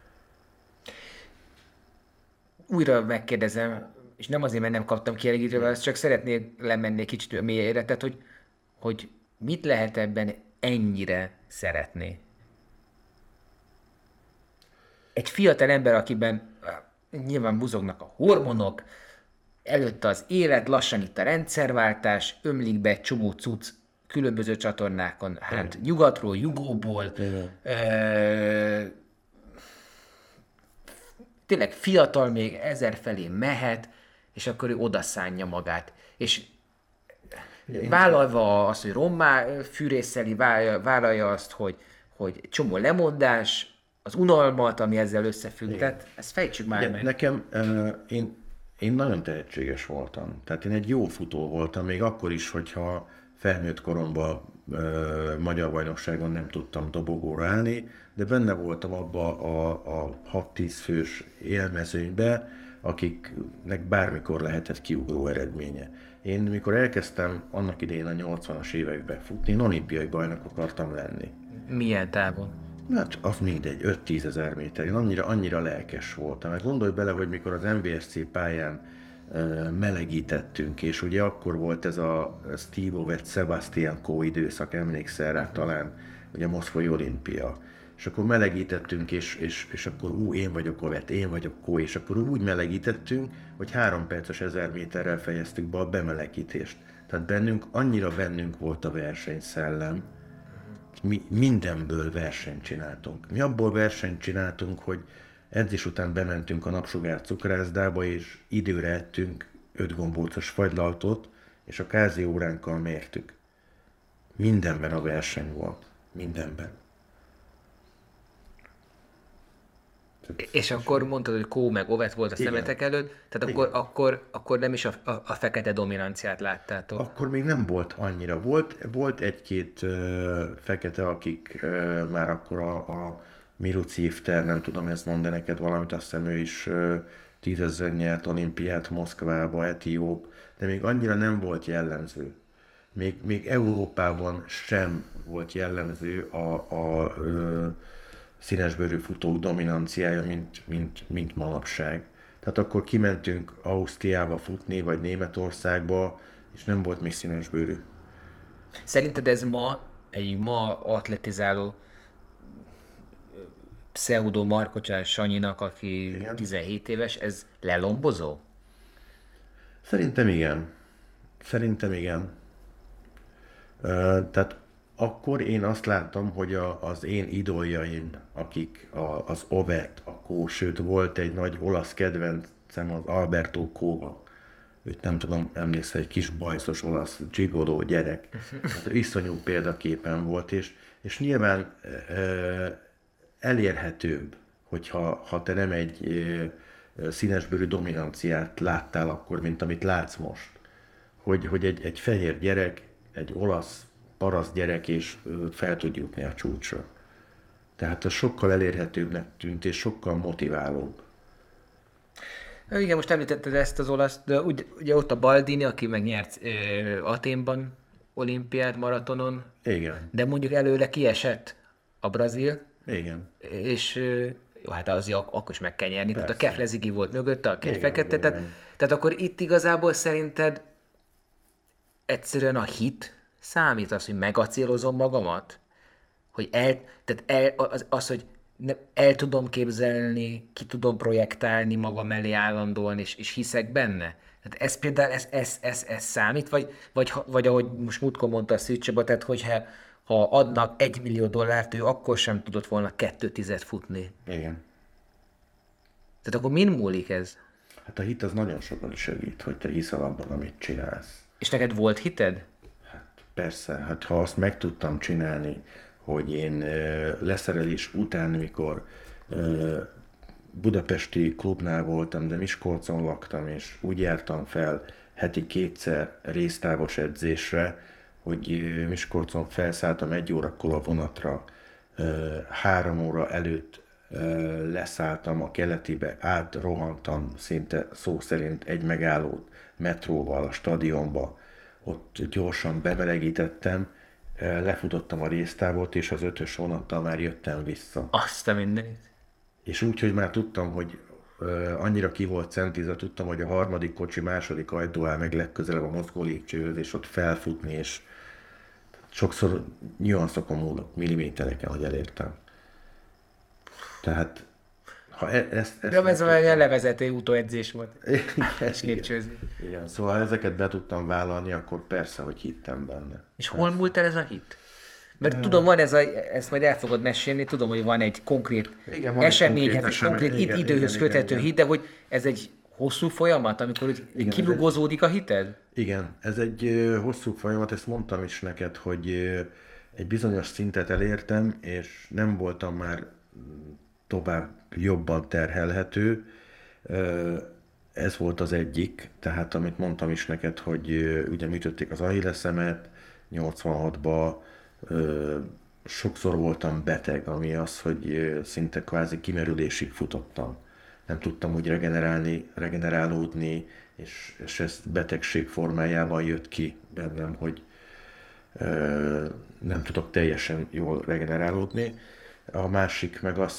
Újra megkérdezem, és nem azért, mert nem kaptam kielégítő választ, csak szeretnék lemenni kicsit a mélyére, tehát hogy mit lehet ebben ennyire szeretni? Egy fiatal ember, akiben nyilván buzognak a hormonok, előtte az élet, lassan itt a rendszerváltás, ömlik be egy csomó cucc különböző csatornákon, hát nyugatról, jugóból, tényleg fiatal, még 1000 felé mehet, és akkor ő odaszánja magát. És vállalva azt, hogy rommá fűrészeli, vállalja azt, hogy csomó lemondás, az unalmat, ami ezzel összefügg. Tehát ezt fejtsük már meg. Nekem, én nagyon tehetséges voltam. Tehát én egy jó futó voltam, még akkor is, hogyha felnőtt koromban magyar bajnokságon nem tudtam dobogóra állni, de benne voltam abba a 6-10 fős élmezőnybe, akiknek bármikor lehetett kiugró eredménye. Én mikor elkezdtem annak idején a 80-as években futni, én olimpiai bajnok akartam lenni. Milyen távon? Hát az mindegy, 5-10 ezer méter. Én annyira lelkes voltam. Mert gondolj bele, hogy mikor az MVSC pályán melegítettünk, és ugye akkor volt ez a Steve Ovett, Sebastian Coe időszak, emlékszel rá talán, ugye a Moszkvai olimpia. És akkor melegítettünk, és akkor én vagyok Ovett, én vagyok Coe, és akkor úgy melegítettünk, hogy 3 perces 1000 méterrel fejeztük be a bemelegítést. Tehát bennünk volt a versenyszellem, mi mindenből versenyt csináltunk. Mi abból versenyt csináltunk, hogy edzés után bementünk a Napsugár cukrászdába, és időre ettünk 5 gombócos fagylaltot, és a kázi óránkkal mértük. Mindenben a verseny volt. Mindenben. És akkor mondtad, hogy Coe meg Ovett volt a szemetek előtt, tehát akkor nem is a fekete dominanciát láttátok. Akkor még nem volt annyira. Volt egy-két fekete, akik már akkor a Miruc Ifter, nem tudom ezt mondani neked valamit, azt hiszem ő is 10 000 nyert olimpiát Moszkvába, etióp, de még annyira nem volt jellemző. Még Európában sem volt jellemző a színesbőrű futók dominanciája, mint manapság. Tehát akkor kimentünk Ausztriába futni, vagy Németországba, és nem volt még színesbőrű. Szerinted ez egy ma atletizáló pseudo Markocsás Sanyinak, aki igen. 17 éves, ez lelombozó? Szerintem igen. Tehát akkor én azt láttam, hogy az én idoljaim, akik az Ovett, a Coe, sőt volt egy nagy olasz kedvencem, az Alberto Coe, őt nem tudom, emlékszel, egy kis bajszos olasz gigoló gyerek. Hát iszonyú példaképen volt, és nyilván elérhetőbb, hogyha te nem egy színesbőrű dominanciát láttál akkor, mint amit látsz most. Hogy egy fehér gyerek, egy olasz paraszt gyerek, és fel tud jutni a csúcsra. Tehát az sokkal elérhetőbbnek tűnt, és sokkal motiválóbb. Igen, most említetted ezt az olasz, de ugye ott a Baldini, aki megnyert Athénban olimpiát maratonon. Igen. De mondjuk előle kiesett a brazil. Igen. És jó, hát az akkor is meg kell nyerni. Tehát a Keflezigi volt mögötte, a két fekete. Tehát akkor itt igazából szerinted egyszerűen a hit számít, az, hogy megacélozom magamat? Hogy hogy el tudom képzelni, ki tudom projektálni magam elé állandóan, és hiszek benne? Tehát ez például, ez számít? Vagy ahogy most múltkor mondta a Szűcs Csaba, tehát ha adnak $1 millió, ő akkor sem tudott volna 2.10 futni. Igen. Tehát akkor min múlik ez? Hát a hit az nagyon sokat segít, hogy te hiszel abban, amit csinálsz. És neked volt hited? Hát persze, hát ha azt meg tudtam csinálni, hogy én leszerelés után, mikor budapesti klubnál voltam, de Miskolcon laktam, és úgy jártam fel heti 2-szer résztávos edzésre, hogy Miskolcon felszálltam 1 órakor a vonatra, 3 óra előtt leszálltam a keletibe, átrohantam szinte szó szerint egy megállót metróval a stadionba, ott gyorsan bemelegítettem, lefutottam a résztávot, és az 5-ös vonattal már jöttem vissza. Azt a mindenit. És úgy, hogy már tudtam, hogy annyira ki volt centízve, tudtam, hogy a harmadik kocsi második ajtó áll meg legközelebb a mozgó lépcsőhöz, és ott felfutni, és sokszor nüanszokon múlott, millimétereken, hogy elértem. Tehát, ha ezt De ez olyan levezető utóedzés volt. és Lépcsőzni. igen, szóval ezeket be tudtam vállalni, akkor persze, hogy hittem benne. És hol múlt el ez a hit? Mert tudom, van ezt majd el fogod mesélni, tudom, hogy van egy konkrét Igen, van egy eseményhez, konkrét egy konkrét esemény. Igen, időhöz igen, köthető igen. hit, de hogy ez egy hosszú folyamat, amikor kirugozódik a hited? Igen, ez egy hosszú folyamat, ezt mondtam is neked, hogy egy bizonyos szintet elértem, és nem voltam már tovább jobban terhelhető. Ez volt az egyik, tehát amit mondtam is neked, hogy ugye műtötték az ahilleszemet 86-ba, sokszor voltam beteg, ami az, hogy szinte kvázi kimerülésig futottam. Nem tudtam úgy regenerálódni, és ez betegség formájában jött ki bennem, hogy nem tudok teljesen jól regenerálódni. A másik meg az,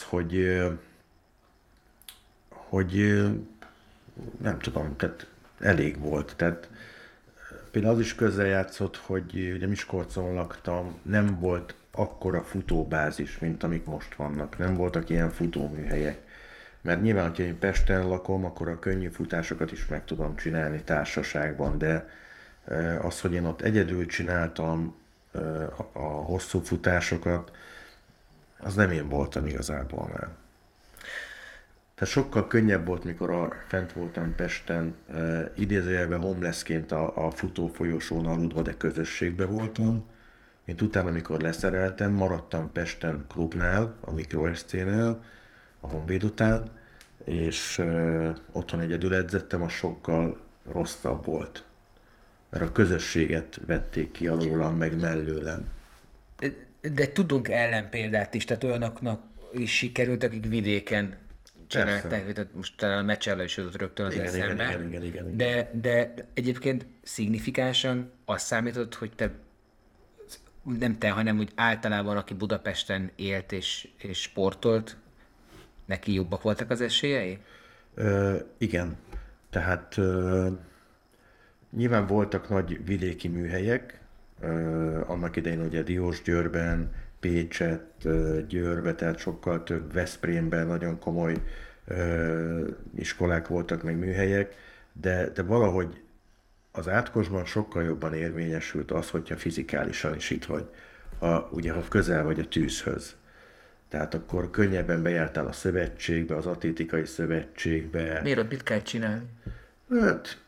hogy nem tudom, tehát elég volt. Tehát például az is közrejátszott, hogy ugye Miskolcon laktam, nem volt akkora futóbázis, mint amik most vannak. Nem voltak ilyen futóműhelyek. Mert nyilván, hogyha én Pesten lakom, akkor a könnyű futásokat is meg tudom csinálni társaságban, de az, hogy én ott egyedül csináltam a hosszú futásokat, az nem én voltam igazából már. Tehát sokkal könnyebb volt, mikor fent voltam Pesten, idézőjelben homelessként a futó folyosón aludva, de közösségben voltam. Én utána, amikor leszereltem, maradtam Pesten klubnál, a Mikro SC-nél, a Honvéd után, és otthon egyedül edzettem, az sokkal rosszabb volt. Mert a közösséget vették ki alólam, meg mellőlem. De tudunk ellenpéldát is, tehát olyanoknak is sikerült, akik vidéken csinálták, tehát most talán a Meccsella is jutott rögtön az eszembe. Igen. De egyébként szignifikánsan azt számított, hogy te, nem te, hanem úgy általában, aki Budapesten élt és sportolt, neki jobbak voltak az esélyei? Igen. Tehát nyilván voltak nagy vidéki műhelyek, annak idején ugye Diósgyőrben, Pécset, Győrbe, tehát sokkal több, Veszprémben nagyon komoly iskolák voltak, meg műhelyek, de valahogy az átkosban sokkal jobban érvényesült az, hogyha fizikálisan is itt vagy, ugye ha közel vagy a tűzhöz. Tehát akkor könnyebben bejártál a szövetségbe, az atlétikai szövetségbe. Miért ott mit kell csinálni? Hát,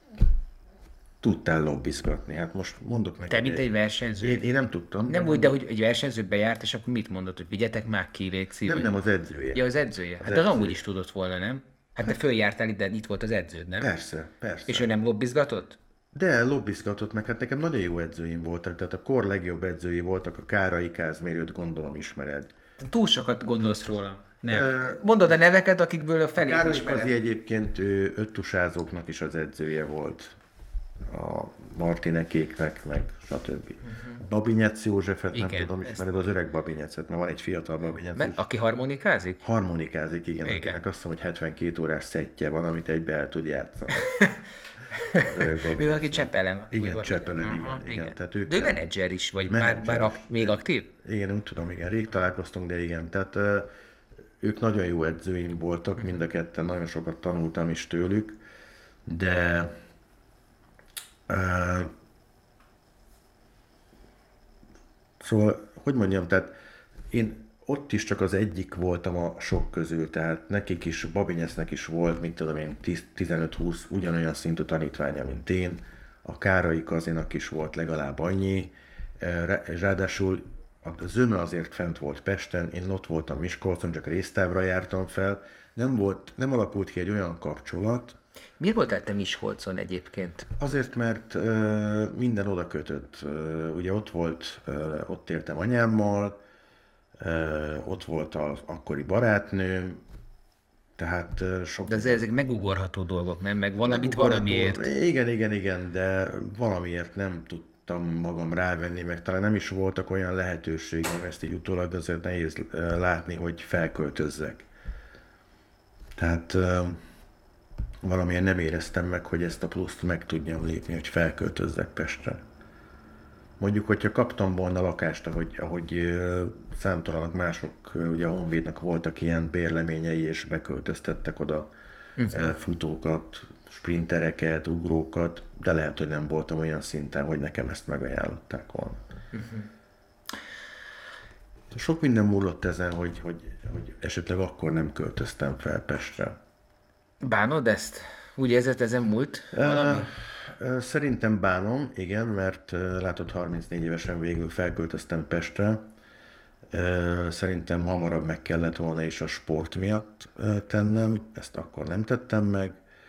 tudtál lobbizgatni. Hát most mondok neked. Te, mint egy versenyző? Én nem tudtam. Nem úgy, de hogy egy versenyző bejárt, és akkor mit mondott, hogy vigyetek már ki, légszik? Nem az edzője. Ja, az edzője. Hát az amúgy is tudott volna, nem? Hát te följártál ide, itt volt az edződ, nem? Persze. És ő nem lobbizgatott? De lobbizgatott, meg hát nekem nagyon jó edzőim voltak, tehát a kor legjobb edzői voltak, a Kárai Kázmérőt gondolom ismered. Túl sokat gondolsz róla. Nem. Mondod a neveket, akikből a felét Károly ismered. Kazi egyébként öttusázóknak is az edzője volt. A Martinekéknek, meg stb. Babinyec Józsefet nem tudom, ismered az öreg Babinyecet, mert van egy fiatal Babinyec is. Aki harmonikázik? Harmonikázik, igen. Akinek azt mondom, hogy 72 órás szettje van, amit egybe el tud játszani. Ő aki Csepelen. Igen, Csepelen, igen. Tehát de ő menedzser is, vagy menedzser. még aktív? Igen, úgy tudom, igen. Rég találkoztunk, de igen. Tehát ők nagyon jó edzőim voltak, mind a ketten, nagyon sokat tanultam is tőlük, de szóval, hogy mondjam, tehát én ott is csak az egyik voltam a sok közül, tehát nekik is, Babinyesznek is volt, mit tudom én, 15-20 ugyanolyan szintű tanítványa, mint én, a Kárai Kazinak is volt legalább annyi, ráadásul a zöme azért fent volt Pesten, én ott voltam Miskolcon, csak résztávra jártam fel, nem alakult ki egy olyan kapcsolat. Miért voltál te Miskolcon egyébként? Azért, mert minden oda kötött. Ugye ott éltem anyámmal, ott volt az akkori barátnőm, tehát sok... De ezek megugorható dolgok, nem? Meg valamiért. Igen, de valamiért nem tudtam magam rávenni, meg talán nem is voltak olyan lehetőségem, ezt így utólag azért nehéz látni, hogy felköltözzek. Tehát valamilyen nem éreztem meg, hogy ezt a pluszt meg tudjam lépni, hogy felköltözzek Pestre. Mondjuk, hogyha kaptam volna lakást, ahogy számtalanok mások, ugye a Honvédnak voltak ilyen bérleményei, és beköltöztettek oda futókat, sprintereket, ugrókat, de lehet, hogy nem voltam olyan szinten, hogy nekem ezt megajánlották volna. Sok minden múlott ezen, hogy esetleg akkor nem költöztem fel Pestre. Bánod ezt? Úgy érzed, ezen múlt valami? Szerintem bánom, igen, mert látod, 34 évesen végül felköltöztem Pestre. Szerintem hamarabb meg kellett volna is a sport miatt tennem, ezt akkor nem tettem meg.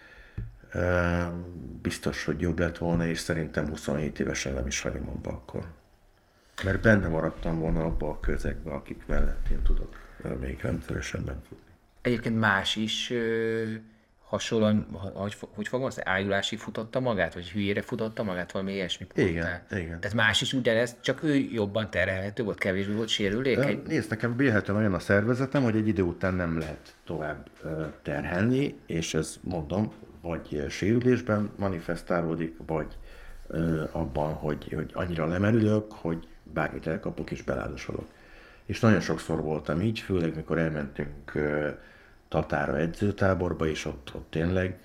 Biztos, hogy jobb lett volna, és szerintem 27 évesen nem is hagyom abba akkor. Mert benne maradtam volna abba a közegbe, akik mellett én tudok még rendszeresen benfutni. Egyébként más is hasonlóan, hogy fogom azt, ájulási futotta magát, vagy hülyére futotta magát, valami ilyesmit Igen. Tehát más is ugyanezt, csak ő jobban terhelhető volt, kevésbé volt sérülékeny. Nézd, nekem vélhetően olyan a szervezetem, hogy egy idő után nem lehet tovább terhelni, és ez mondom, vagy sérülésben manifestálódik, vagy abban, hogy annyira lemerülök, hogy bármit elkapok és belázasodok. És nagyon sokszor voltam így, főleg mikor elmentünk Tatára edzőtáborba, és ott tényleg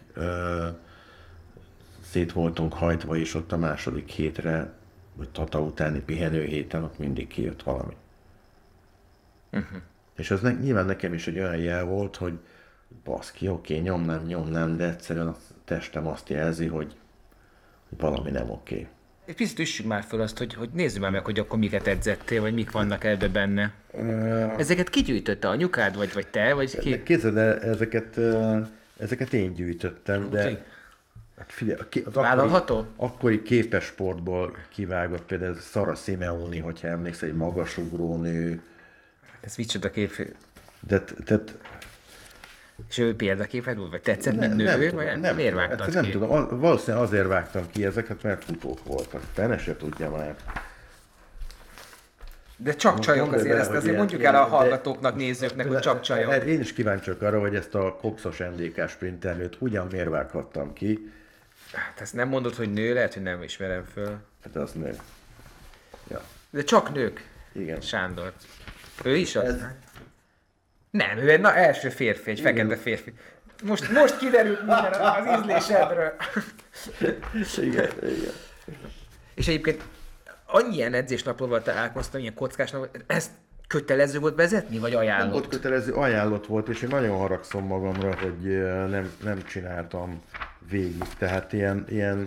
szét voltunk hajtva, és ott a második hétre, vagy Tata utáni pihenő héten ott mindig kijött valami. És ez nyilván nekem is egy olyan jel volt, hogy baszki, oké, nyomnám, de egyszerűen a testem azt jelzi, hogy valami nem oké. Egy picit üssük már föl azt, hogy nézzük már meg, hogy akkor miket edzettél, vagy mik vannak ebbe benne. Ezeket ki gyűjtötte, anyukád, vagy te, vagy ki? Képzeld el, ezeket én gyűjtöttem, de hát figyelj, az akkori képesportból kivágott például ez Sara Simeoni, hogyha emlékszel, egy magasugró nő. Ez micsoda kép? És ő példaképed volt, vagy tetszett, mint nő? Miért vágtad ki? Nem tudom, valószínűleg azért vágtam ki ezeket, mert futók voltak. Fene se tudja már. De csak csajok azért, ezt azért mondjuk el a hallgatóknak, nézőknek, hogy csak csajok. Én is kíváncsiak arra, hogy ezt a Coxos NDK sprinternőt ugyan miért vághattam ki. Hát ezt nem mondod, hogy nő, lehet, hogy nem ismerem föl. Hát az nő. Ja. De csak nők. Igen. Sándor. Ő is az? Nem, ő egy első férfi, egy fekete férfi. Most kiderült minden az ízlésedről. Igen. És egyébként annyi ilyen edzésnapon találkoztam, ilyen kockásnapon, ezt kötelező volt vezetni, vagy ajánlott? Nem volt kötelező, ajánlott volt, és én nagyon haragszom magamra, hogy nem csináltam végig. Tehát ilyen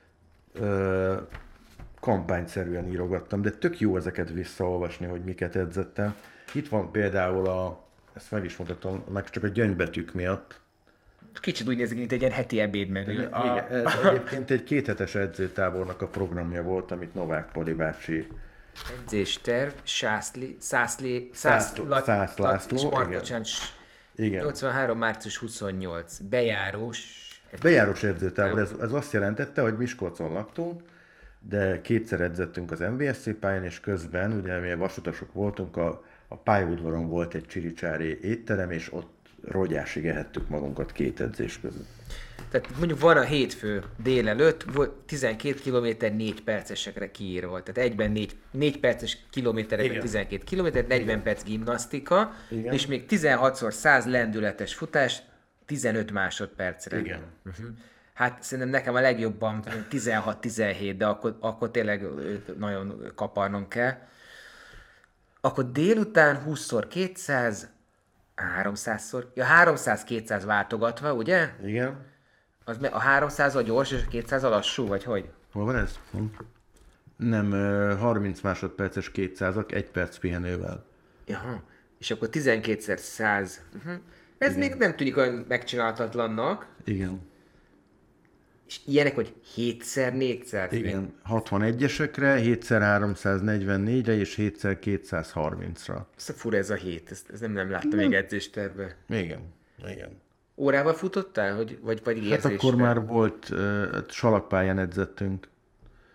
kampányszerűen írogattam, de tök jó ezeket visszaolvasni, hogy miket edzettem. Itt van például ezt meg is mutatom, meg csak a gyöngybetűk miatt. Kicsit úgy nézik, mint egy ilyen heti ebéd meg. Igen, ez egyébként egy 2 hetes edzőtábornak a programja volt, amit Novák Pali bácsi. Edzésterv, Szász László, igen. 83. március 28. Bejárós edzőtábor, ez azt jelentette, hogy Miskolcon laktunk, de 2-szer edzettünk az MVSC pályán, és közben, ugye mi vasutasok voltunk, a pályaudvaron volt egy csiricsári étterem, és ott rogyásig ehettük magunkat 2 edzés között. Tehát mondjuk van a hétfő délelőtt, volt 12 km 4 percesekre kiírva. Tehát egyben 4 perces kilométerekre 12 km, 40 perc gimnasztika, igen. És még 16x100 lendületes futás 15 másodpercre. Igen. Hát szerintem nekem a legjobban 16-17, de akkor tényleg nagyon kaparnom kell. Akkor délután 20x200, 300-szor, 300-200 váltogatva, ugye? Igen. A 300 a gyors, és a 200 a lassú, vagy hogy? Hol van ez? Nem, 30 másodperces 200-ak, 1 perc pihenővel. Jaha. És akkor 12x100. Ez igen. Még nem tűnik olyan megcsináltatlannak. Igen. És ilyenek, hogy 7x400. Igen, 61-esekre, 7x344-re és 7x230-ra. Fura ez a 7, ezt nem láttam még edzéstervben. Igen. Órával futottál, vagy érzésre? Hát akkor már volt, salakpályán edzettünk.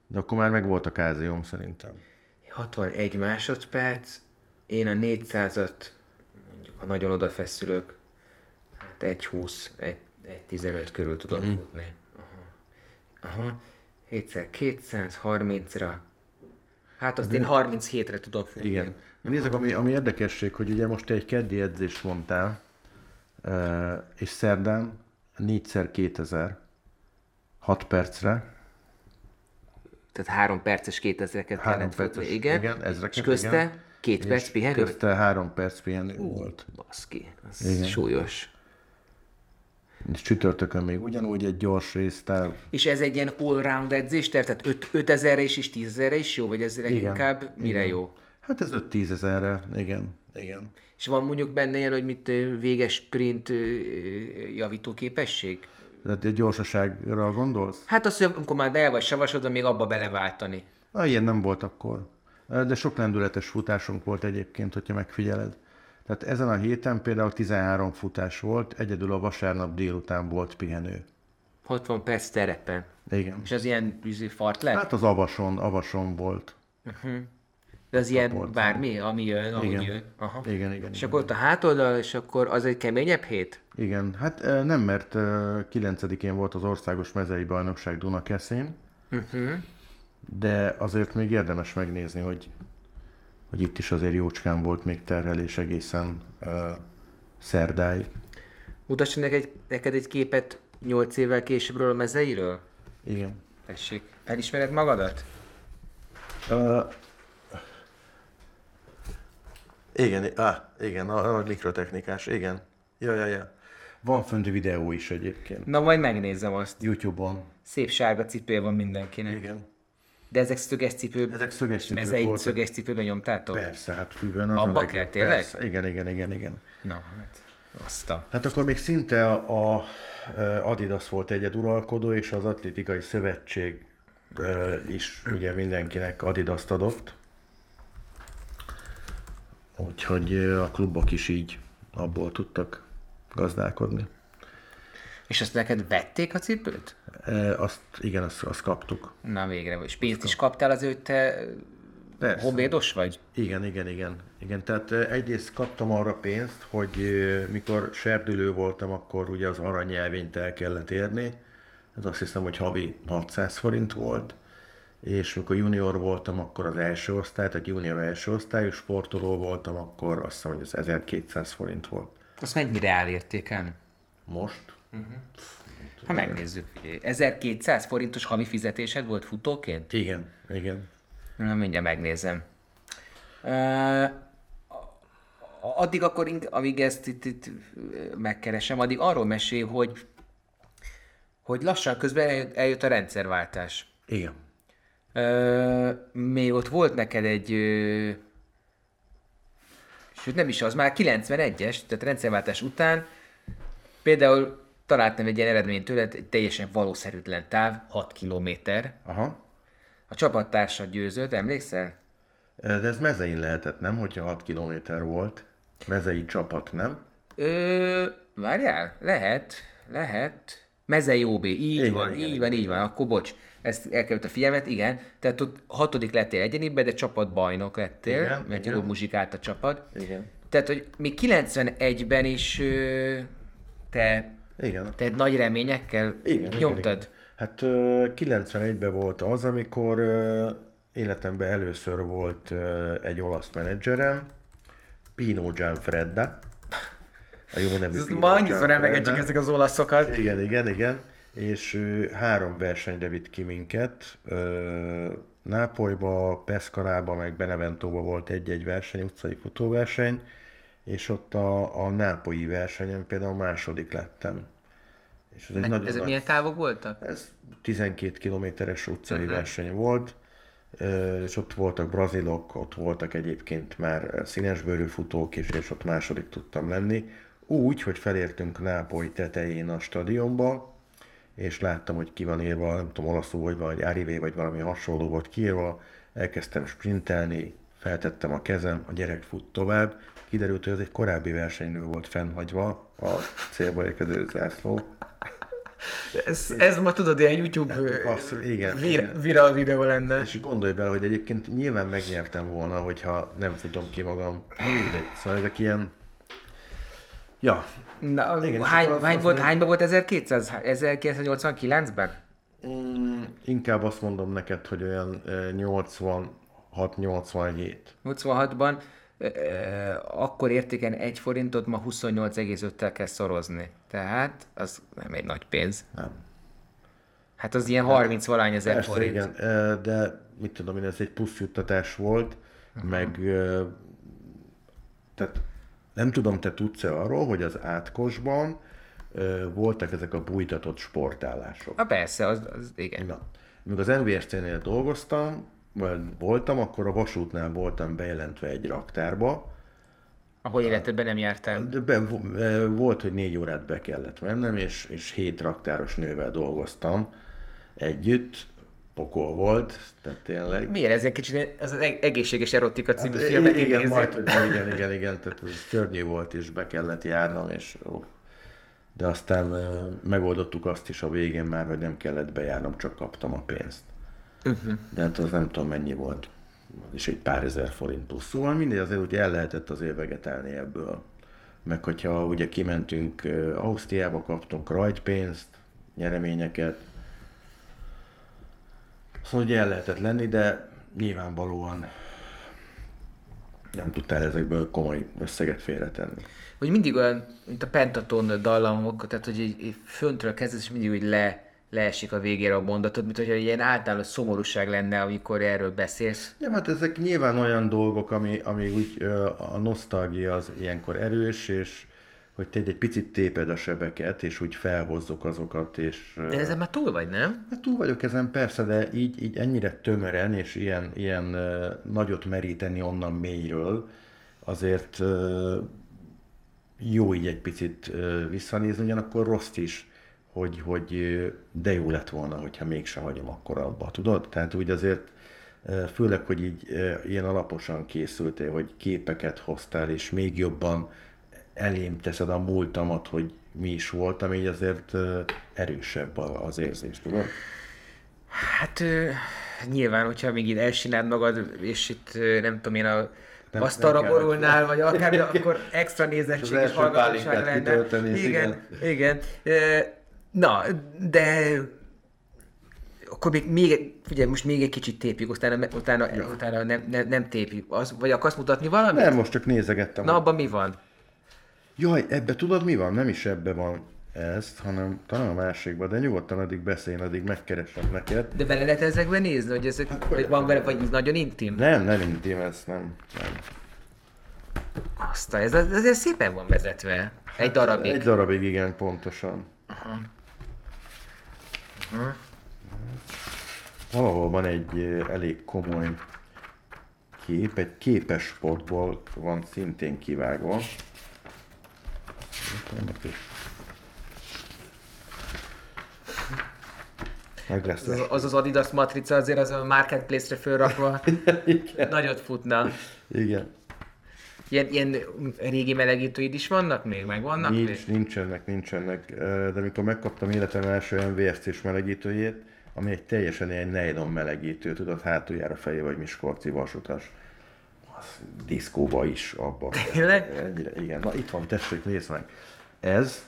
De akkor már meg volt a kázium szerintem. 61 másodperc, én a 400-at, mondjuk ha nagyon odafeszülök, hát 1.20, 1.15 körül tudom futni. Aha. 7x230-ra. Hát azt én 37-re tudom futni. Igen. Nézzük, ami érdekesség, hogy ugye most te egy keddi edzést mondtál, és szerdán 4x2000, 6 percre. Tehát 3 perces 2000-eket kellett futni. Igen, ezreket, és közte 2 perc pihenő? Közte 3 perc pihenő volt. Baszki, ez súlyos. És csütörtökön még ugyanúgy egy gyors résztáv. És ez egy ilyen all-round edzés, tehát 5000-re is és 10.000-re is jó, vagy ez leginkább mire jó? Hát ez 5-10 ezerre, igen. És van mondjuk benne ilyen, hogy mit véges sprint javító képesség? Tehát egy gyorsaságra gondolsz? Hát azt, hogy amikor már el vagy savasodva, még abba beleváltani. Ilyen nem volt akkor. De sok lendületes futásunk volt egyébként, hogyha megfigyeled. Tehát ezen a héten például 13 futás volt, egyedül a vasárnap délután volt pihenő. 60 perc terepen. Igen. És az ilyen fart lett? Hát az avason volt. De az ilyen bármi, ami jön, ahogy Igen. jön. Aha. Igen. És akkor ott a hátoldal, és akkor az egy keményebb hét? Igen, hát nem, mert 9-én volt az országos mezei bajnokság Dunakeszin, de azért még érdemes megnézni, hogy itt is azért jócskán volt még terhelés egészen szerdáig. Mutass neked egy képet 8 évvel későbbről a mezeiről? Igen. Tessék, elismered magadat? Igen, a mikrotechnikás, igen. Ja. Van fönt videó is egyébként. Na, majd megnézem azt. YouTube-on. Szép sárga cipője van mindenkinek. Igen. De ezek szöges cipő. Ezek szöges cipők Mezei voltak. szöges cipőben nyomtátok? Persze, hát fűben az Abba a kell, tényleg? Persze. Igen. Na, hát azt a... Hát akkor még szinte a Adidas volt egyeduralkodó, és az Atlétikai Szövetség is ugye mindenkinek Adidast adott. Úgyhogy a klubok is így abból tudtak gazdálkodni. És azt neked vették a cipőt? Azt kaptuk. Na végre, és pénzt is kaptál azért, hogy te Persze. honvédos vagy? Igen, tehát egyrészt kaptam arra pénzt, hogy mikor serdülő voltam, akkor ugye az aranyjelvényt el kellett érni. Ez azt hiszem, hogy havi 600 forint volt. És mikor junior voltam, akkor az első osztály, tehát junior első osztályú sportoló voltam, akkor azt hiszem, hogy az 1200 forint volt. Azt mennyire állértékelni? Most? Ha megnézzük, figyelj. 1200 forintos havi fizetésed volt futóként? Igen. Na, mindjárt megnézem. Addig akkor, amíg ezt itt megkeresem, addig arról mesél, hogy lassan közben eljött a rendszerváltás. Igen. Még ott volt neked egy... sőt, nem is az, már 91-es, tehát rendszerváltás után például találtam egy ilyen eredményt tőled, egy teljesen valószerűtlen táv, 6 kilométer. Aha. A csapattársad győzött, emlékszel? De ez mezein lehetett, nem? Hogyha 6 kilométer volt. Mezei csapat, nem? Várjál, lehet. Mezei OB, így van, akkor bocs. Ezt elkerült a figyelmet, igen. Tehát ott 6. lettél egyenibe, de csapatbajnok lettél, Igen, mert igen. jól muzsikált a csapat. Igen. Tehát, hogy még 91-ben is te nagy reményekkel nyomtad. Igen. Hát 91-ben volt az, amikor életemben először volt egy olasz menedzserem, Pino Gianfredda. A jó nevű Ezt Pino ma annyiszor Gianfredda. emlegetjük ezek az olaszokat. Igen. És 3 versenyre vitt ki minket. Nápolyba, Pescarába, meg Beneventóba volt egy-egy verseny, utcai futóverseny, és ott a nápolyi versenyen például második lettem. És ez egy nagyon Ezek nagy... milyen távok voltak? Ez 12 kilométeres utcai verseny volt, és ott voltak brazilok, ott voltak egyébként már színesbőrű futók is, és ott második tudtam lenni. Úgy, hogy felértünk Nápoly tetején a stadionba, és láttam, hogy ki van írva, nem tudom, olaszul vagy valami Arrivé, vagy valami hasonló volt kiírva, elkezdtem sprintelni, feltettem a kezem, a gyerek fut tovább, kiderült, hogy ez egy korábbi versenynő volt fennhagyva a célba érkező zászló. Ez ma tudod, ilyen YouTube Igen. viral videó lenne. És gondolj bele, hogy egyébként nyilván megnyertem volna, hogyha nem tudom ki magam. Mindegy. Szóval ezek ilyen... Ja. Na, Igen, hányban volt 1200? 1989-ben? Inkább azt mondom neked, hogy olyan 86-87. 86-ban akkor értéken 1 forintot ma 28,5-tel kell szorozni. Tehát az nem egy nagy pénz. Nem. Hát az ilyen 30-valány ezer Persze, forint. igen, de mit tudom én, ez egy plusz juttatás volt, meg tehát nem tudom, te tudsz-e arról, hogy az Átkosban voltak ezek a bújtatott sportállások. Ha persze, az igen. Na, amikor az NVSC-nél dolgoztam, vagy voltam, akkor a vasútnál voltam bejelentve egy raktárba. Ahol életedben nem jártál. Volt, hogy 4 órát be kellett mennem, és 7 raktáros nővel dolgoztam együtt. Pokol volt, tehát tényleg. Miért? Ez egy kicsit az egészséges erotika című filmet igen, igen, tehát ez környű volt, és be kellett járnom, és de aztán megoldottuk azt is a végén már, hogy nem kellett bejárnom, csak kaptam a pénzt. De hát az nem tudom mennyi volt. És egy pár ezer forint plusz. Szóval mindegy, azért ugye el lehetett azért vegetálni ebből. Meg hogyha ugye kimentünk Ausztriába, kaptunk rajtpénzt, nyereményeket. Szóval ugye el lehetett lenni, de nyilvánvalóan nem tudtál ezekből komoly összeget félretenni. Hogy mindig olyan, mint a Pentaton dallamok, tehát hogy így föntről kezdesz, és mindig úgy leesik a végére a mondatod, mint hogyha ilyen általános szomorúság lenne, amikor erről beszélsz. Ja, hát ezek nyilván olyan dolgok, ami úgy a nosztalgia az ilyenkor erős, és hogy te egy picit téped a sebeket, és úgy felhozzuk azokat, és... De ezen már túl vagy, nem? Hát túl vagyok ezen persze, de így ennyire tömören, és ilyen nagyot meríteni onnan mélyről, azért jó így egy picit visszanézni, ugyanakkor rossz is, hogy de jó lett volna, hogyha mégse hagyom akkor abba, tudod? Tehát úgy azért, főleg, hogy így ilyen alaposan készültél, hogy képeket hoztál, és még jobban elém teszed a múltamat, hogy mi is voltam, így azért erősebb az érzés, tudod? Hát nyilván, hogyha még így elsináld magad, és itt nem tudom én asztalra borulnál, vagy akármi, akkor extra nézettség és hallgatóság lenne. Igen. Na, de akkor ugye most még egy kicsit tépjük, utána nem tépjük. Vagy akarsz mutatni valamit? Nem, most csak nézegettem. Na, abban mi van? Jaj, ebbe tudod mi van? Nem is ebbe van ez, hanem talán a másikban, de nyugodtan addig beszélj, addig megkeresem neked. De bele lehet ezekben nézni, hogy ezek, vagy van vele, vagy nagyon intim? Nem intim, ez nem. Ez azért szépen van vezetve. Egy darabig. Egy darabig, igen, pontosan. Aha. Valahol van egy elég komoly kép, egy képes sportból van szintén kivágva. Meg lesz az Adidas matrica azért az a Marketplace-re fölrakva nagyot futna. Igen. Ilyen régi melegítőid is vannak még? Megvannak még? Nincsenek. De amikor megkaptam életem első MVSC-s melegítőjét, ami egy teljesen ilyen nylon melegítő, tudod, hátuljára fejé vagy miskolci vasutas. Az diszkóba is abban. Tényleg? Igen. Na itt van, tessék, nézd meg. Ez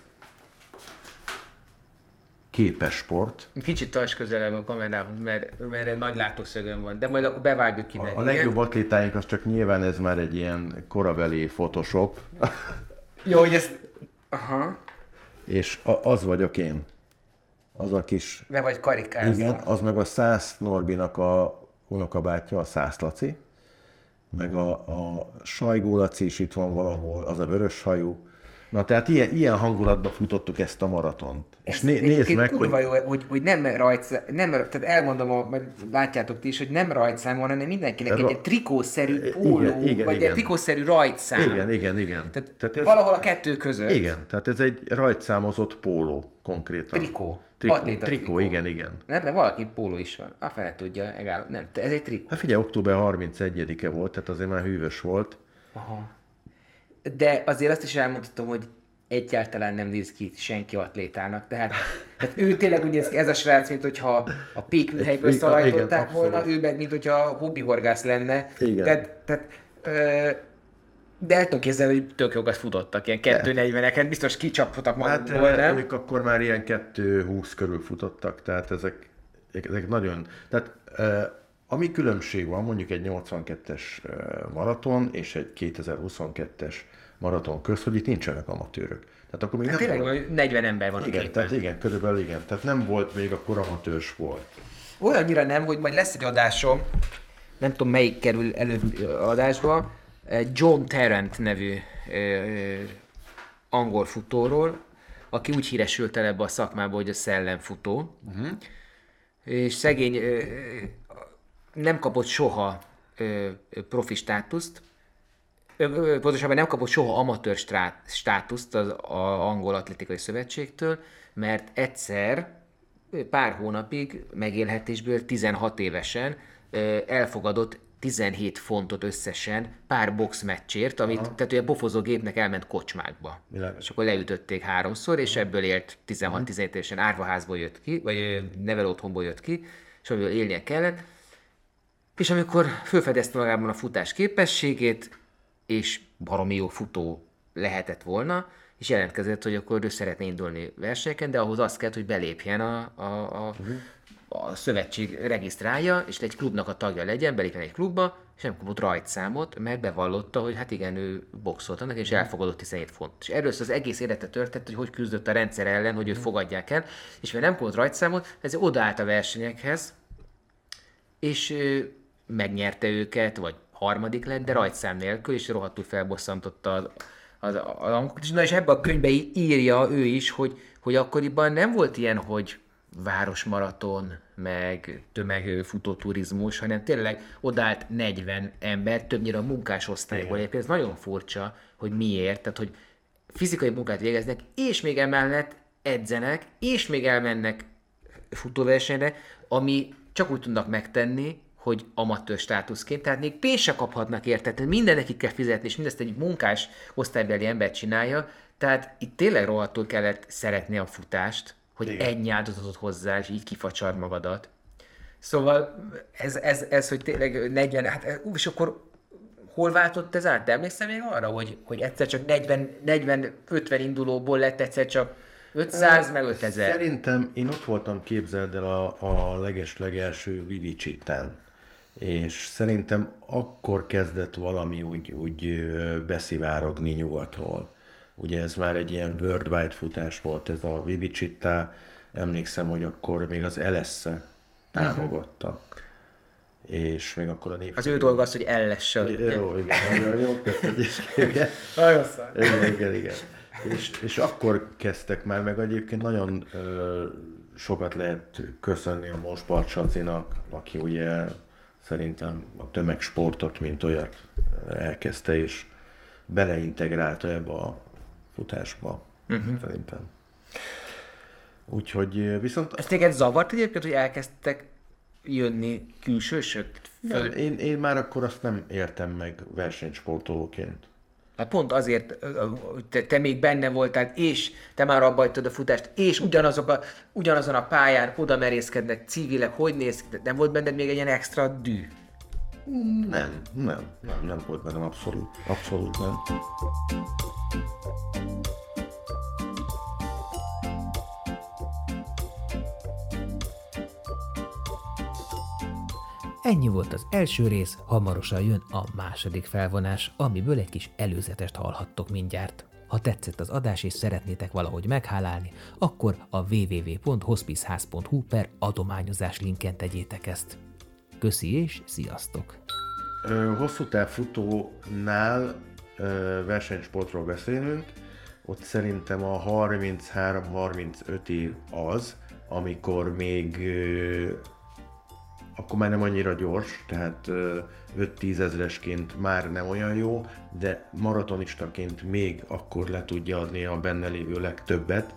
képes sport. Kicsit tarts közelebb a kamerához, mert nagy látószögön van, de majd akkor bevágjuk ki. A legjobb atlétáink az csak nyilván ez már egy ilyen korabeli Photoshop. Jó, hogy ezt... Aha. És az vagyok én. Az a kis... Le vagy karikázva. Igen, az meg a Szász Norbinak a unokabátyja, a Szász Laci. Meg a Sajgó Laci is itt van valahol, az a vörös hajú. Na tehát ilyen hangulatban futottuk ezt a maratont. És nézd meg, hogy nem rajtszám, tehát elmondom, mert látjátok ti is, hogy nem rajtszám van, hanem mindenkinek egy trikószerű póló, vagy egy trikószerű rajtszám. Igen. Tehát ez, valahol a kettő között. Igen, tehát ez egy rajtszámozott póló konkrétan. Trikó, igen. Nem, de valaki póló is van. A fele tudja, nem, ez egy trikó. Hát figyelj, október 31-e volt, tehát azért már hűvös volt. Aha. De azért azt is elmondhatom, hogy egyáltalán nem néz ki senki atlétának. Tehát Tehát ő tényleg úgy néz ki, ez a srác, mint hogyha a pék műhelyből szalajtották volna, ő meg mint hogyha hobbihorgász lenne. Igen. De el tudom képzelni, hogy tök jogat futottak, ilyen 2.40-eken, biztos kicsapottak magukból, nem? Ők akkor már ilyen 2.20 körül futottak, tehát ezek nagyon... Tehát ami különbség van mondjuk egy 82-es maraton és egy 2022-es maraton közt, hogy itt nincsenek amatőrök. Tehát akkor még nem tényleg volt... 40 ember van igen, a képen. tehát igen, körülbelül igen. Tehát nem volt még akkor amatőr sport. Olyannyira nem, hogy majd lesz egy adásom, nem tudom melyik kerül előbb adásba, John Tarrant nevű angol futóról, aki úgy híresült el ebbe a szakmába, hogy a szellemfutó. És szegény nem kapott soha profi státuszt, pontosabban nem kapott soha amatőr státuszt az Angol Atlétikai Szövetségtől, mert egyszer pár hónapig megélhetésből 16 évesen elfogadott 17 fontot összesen pár boxmeccsért, amit, tehát a pofozógépnek elment kocsmákba. És akkor leütötték 3-szor, és ebből élt 16-17 évesen árvaházból jött ki, vagy nevelőotthonból jött ki, és amiből élnie kellett. És amikor felfedezte magában a futás képességét, és baromi jó futó lehetett volna, és jelentkezett, hogy akkor ő szeretne indulni versenyeken, de ahhoz az kellett, hogy belépjen a szövetség regisztrálja, és egy klubnak a tagja legyen, belépjen egy klubba, és nem kapott rajtszámot, mert bevallotta, hogy hát igen, ő boxolt annak, és elfogadott 17 font. És erről az egész élete történt, hogy küzdött a rendszer ellen, hogy őt fogadják el, és mert nem kapott rajtszámot, ezért odaállt a versenyekhez, és megnyerte őket, vagy harmadik lett, de rajtszám nélkül, és rohadtul felbosszantotta az angokat. Na és ebben a könyvben írja ő is, hogy akkoriban nem volt ilyen, hogy városmaraton, meg tömegfutóturizmus, hanem tényleg odállt 40 ember, többnyire a munkásosztályból. Ez nagyon furcsa, hogy miért, tehát hogy fizikai munkát végeznek, és még emellett edzenek, és még elmennek futóversenyre, ami csak úgy tudnak megtenni, hogy amatőr státuszként, tehát még pénzt se kaphatnak érte, tehát minden nekik kell fizetni, és mindezt egy munkás osztálybeli ember csinálja, tehát itt tényleg rohadtul kellett szeretni a futást, hogy ennyi áldozatot hozzá, és így kifacsar magadat. Szóval ez hogy tényleg 40, hát és akkor hol váltott ez át? De emlékszem még arra, hogy egyszer csak 40-50 indulóból lett egyszer csak 500, meg 5000. Szerintem én ott voltam, képzeld el a leges-legelső Vivicitán, és szerintem akkor kezdett valami úgy beszivárogni nyugatról. Ugye ez már egy ilyen worldwide futás volt, ez a Vivicita, emlékszem, hogy akkor még az LS-e támogatta. És még akkor a név... Az ő dolga az, hogy ellesse. Jó, igen, jó, köszönjük. Igen. És akkor kezdtek már, meg egyébként nagyon sokat lehet köszönni a Mos Barcsacinak, aki ugye szerintem a tömegsportot, mint olyat elkezdte, és beleintegrálta ebbe a futásba, szerintem. Úgyhogy viszont... Ez téged zavart egyébként, hogy elkezdtek jönni külsősök? Nem, én már akkor azt nem éltem meg versenysportolóként. Hát pont azért, te még benne voltál, és te már abba hagytad a futást, és ugyanazon a pályán oda merészkednek civilek, hogy néz ki? Nem volt benned még egy ilyen extra dű? Nem volt bennem, abszolút nem. Ennyi volt az első rész, hamarosan jön a második felvonás, amiből egy kis előzetest hallhattok mindjárt. Ha tetszett az adás és szeretnétek valahogy meghálálni, akkor a www.hospicehaz.hu/adományozás linken tegyétek ezt. Köszi és sziasztok! Hosszú távfutónál versenysportról beszélünk, ott szerintem a 33-35 év az, amikor még akkor már nem annyira gyors, tehát 5-10 ezresként már nem olyan jó, de maratonistaként még akkor le tudja adni a benne lévő legtöbbet,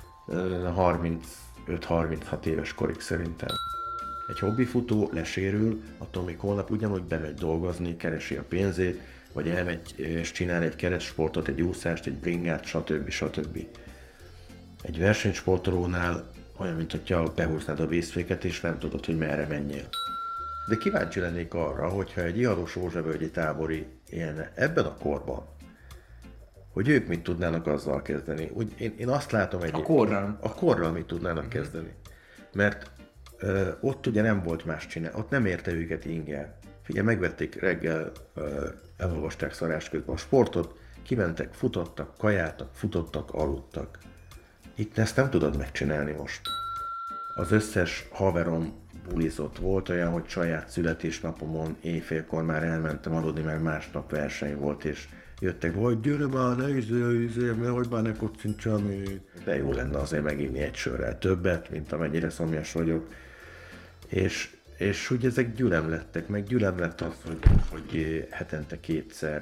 35-36 éves korig szerintem. Egy hobbifutó lesérül, attól még holnap ugyanúgy bemegy dolgozni, keresi a pénzét, vagy elmegy és csinál egy keretsportot, egy úszást, egy bringát, stb. Egy versenysportolónál olyan, mint hogyha behúznád a vészféket, és nem tudod, hogy merre menjél. De kíváncsi lennék arra, hogyha egy Ihalos Ózsavölgyi tábori ilyen ebben a korban, hogy ők mit tudnának azzal kezdeni. Úgy, én azt látom egyébként. A korral mit tudnának kezdeni. Mert ott ugye nem volt más csinálni, ott nem érte őket inger. Figyelj, megvették reggel, elolvasták szarás közben a sportot, kimentek, futottak, kajáltak, futottak, aludtak. Itt ezt nem tudod megcsinálni most. Az összes haverom bulizott. Volt olyan, hogy saját születésnapomon éjfélkor már elmentem aludni, mert másnap verseny volt, és jöttek, hogy gyere már, ne mert hogy már ne kocincsam. De jó lenne azért meginni egy sörrel többet, mint amennyire szomjas vagyok. És úgy ezek gyülem lettek, meg gyülem lett az, hogy hetente 2-szer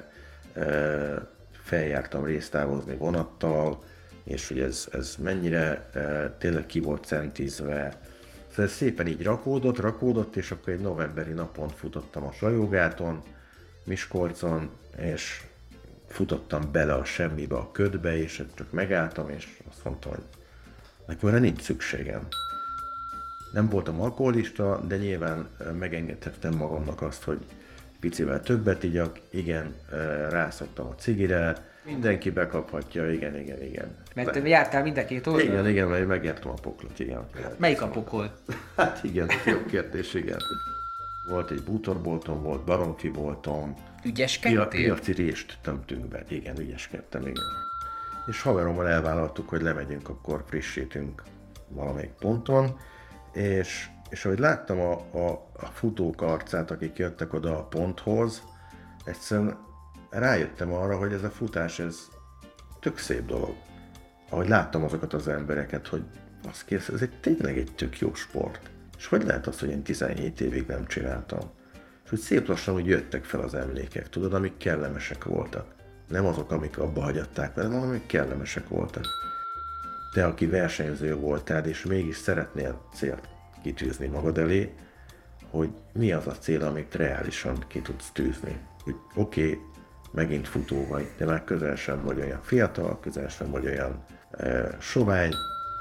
feljártam résztávozni vonattal, és hogy ez mennyire tényleg ki volt centízve. Szóval ez szépen így rakódott, és akkor egy novemberi napon futottam a Sajógáton, Miskolcon, és futottam bele a semmibe, a ködbe, és csak megálltam, és azt mondtam, hogy nekem erre nincs szükségem. Nem voltam alkoholista, de nyilván megengedhettem magamnak azt, hogy picivel többet igyak, igen, rászoktam a cigire, mindenki bekaphatja, igen. Mert te jártál mind a két oldalon? Igen, mert megjártam a poklot, igen. Melyik a pokol? Hát igen, jó kérdés, igen. Volt egy bútorboltom, volt baromfi boltom. Ügyeskedtél? Piaci rést tömtünk be, igen, ügyeskedtem, igen. És haverommal elvállaltuk, hogy lemegyünk, akkor frissítünk valamelyik ponton, és ahogy láttam a futók arcát, akik jöttek oda a ponthoz, egyszerűen rájöttem arra, hogy ez a futás, ez tök szép dolog. Ahogy láttam azokat az embereket, hogy azt kész, ez tényleg egy tök jó sport. És hogy lehet az, hogy én 17 évig nem csináltam? És hogy szép lassan úgy jöttek fel az emlékek, tudod, amik kellemesek voltak. Nem azok, amik abba hagyatták, hanem amik kellemesek voltak. Te, aki versenyző voltál, és mégis szeretnél célt kitűzni magad elé, hogy mi az a cél, amit reálisan ki tudsz tűzni. Hogy oké, megint futó vagy, de már közel sem vagy olyan fiatal, közel sem vagy olyan sovány.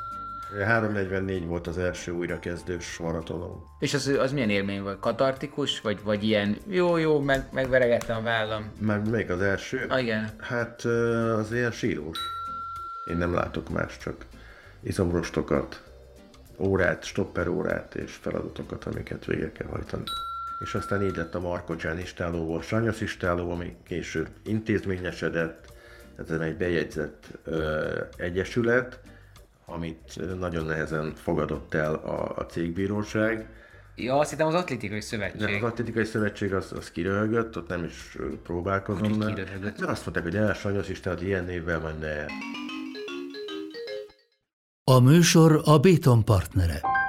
3:44 volt az első újrakezdős maratonom. És az milyen élmény volt? Katartikus? Vagy ilyen jó, megveregettem a vállam? Még az első? Igen. Hát az ilyen sírós. Én nem látok más, csak izomrostokat, órát, stopperórát és feladatokat, amiket végre kell hajtani. És aztán így lett a Markocsán istálóból Sanyosz istáló, ami később intézményesedett, ez egy bejegyzett egyesület, amit nagyon nehezen fogadott el a cégbíróság. Ja, azt hittem az atlétikai szövetség. De az atlétikai szövetség az kiröhögött, ott nem is próbálkozom. Mert azt mondták, hogy Sanyosz istálót ilyen névvel menne el. A műsor a Béton partnere.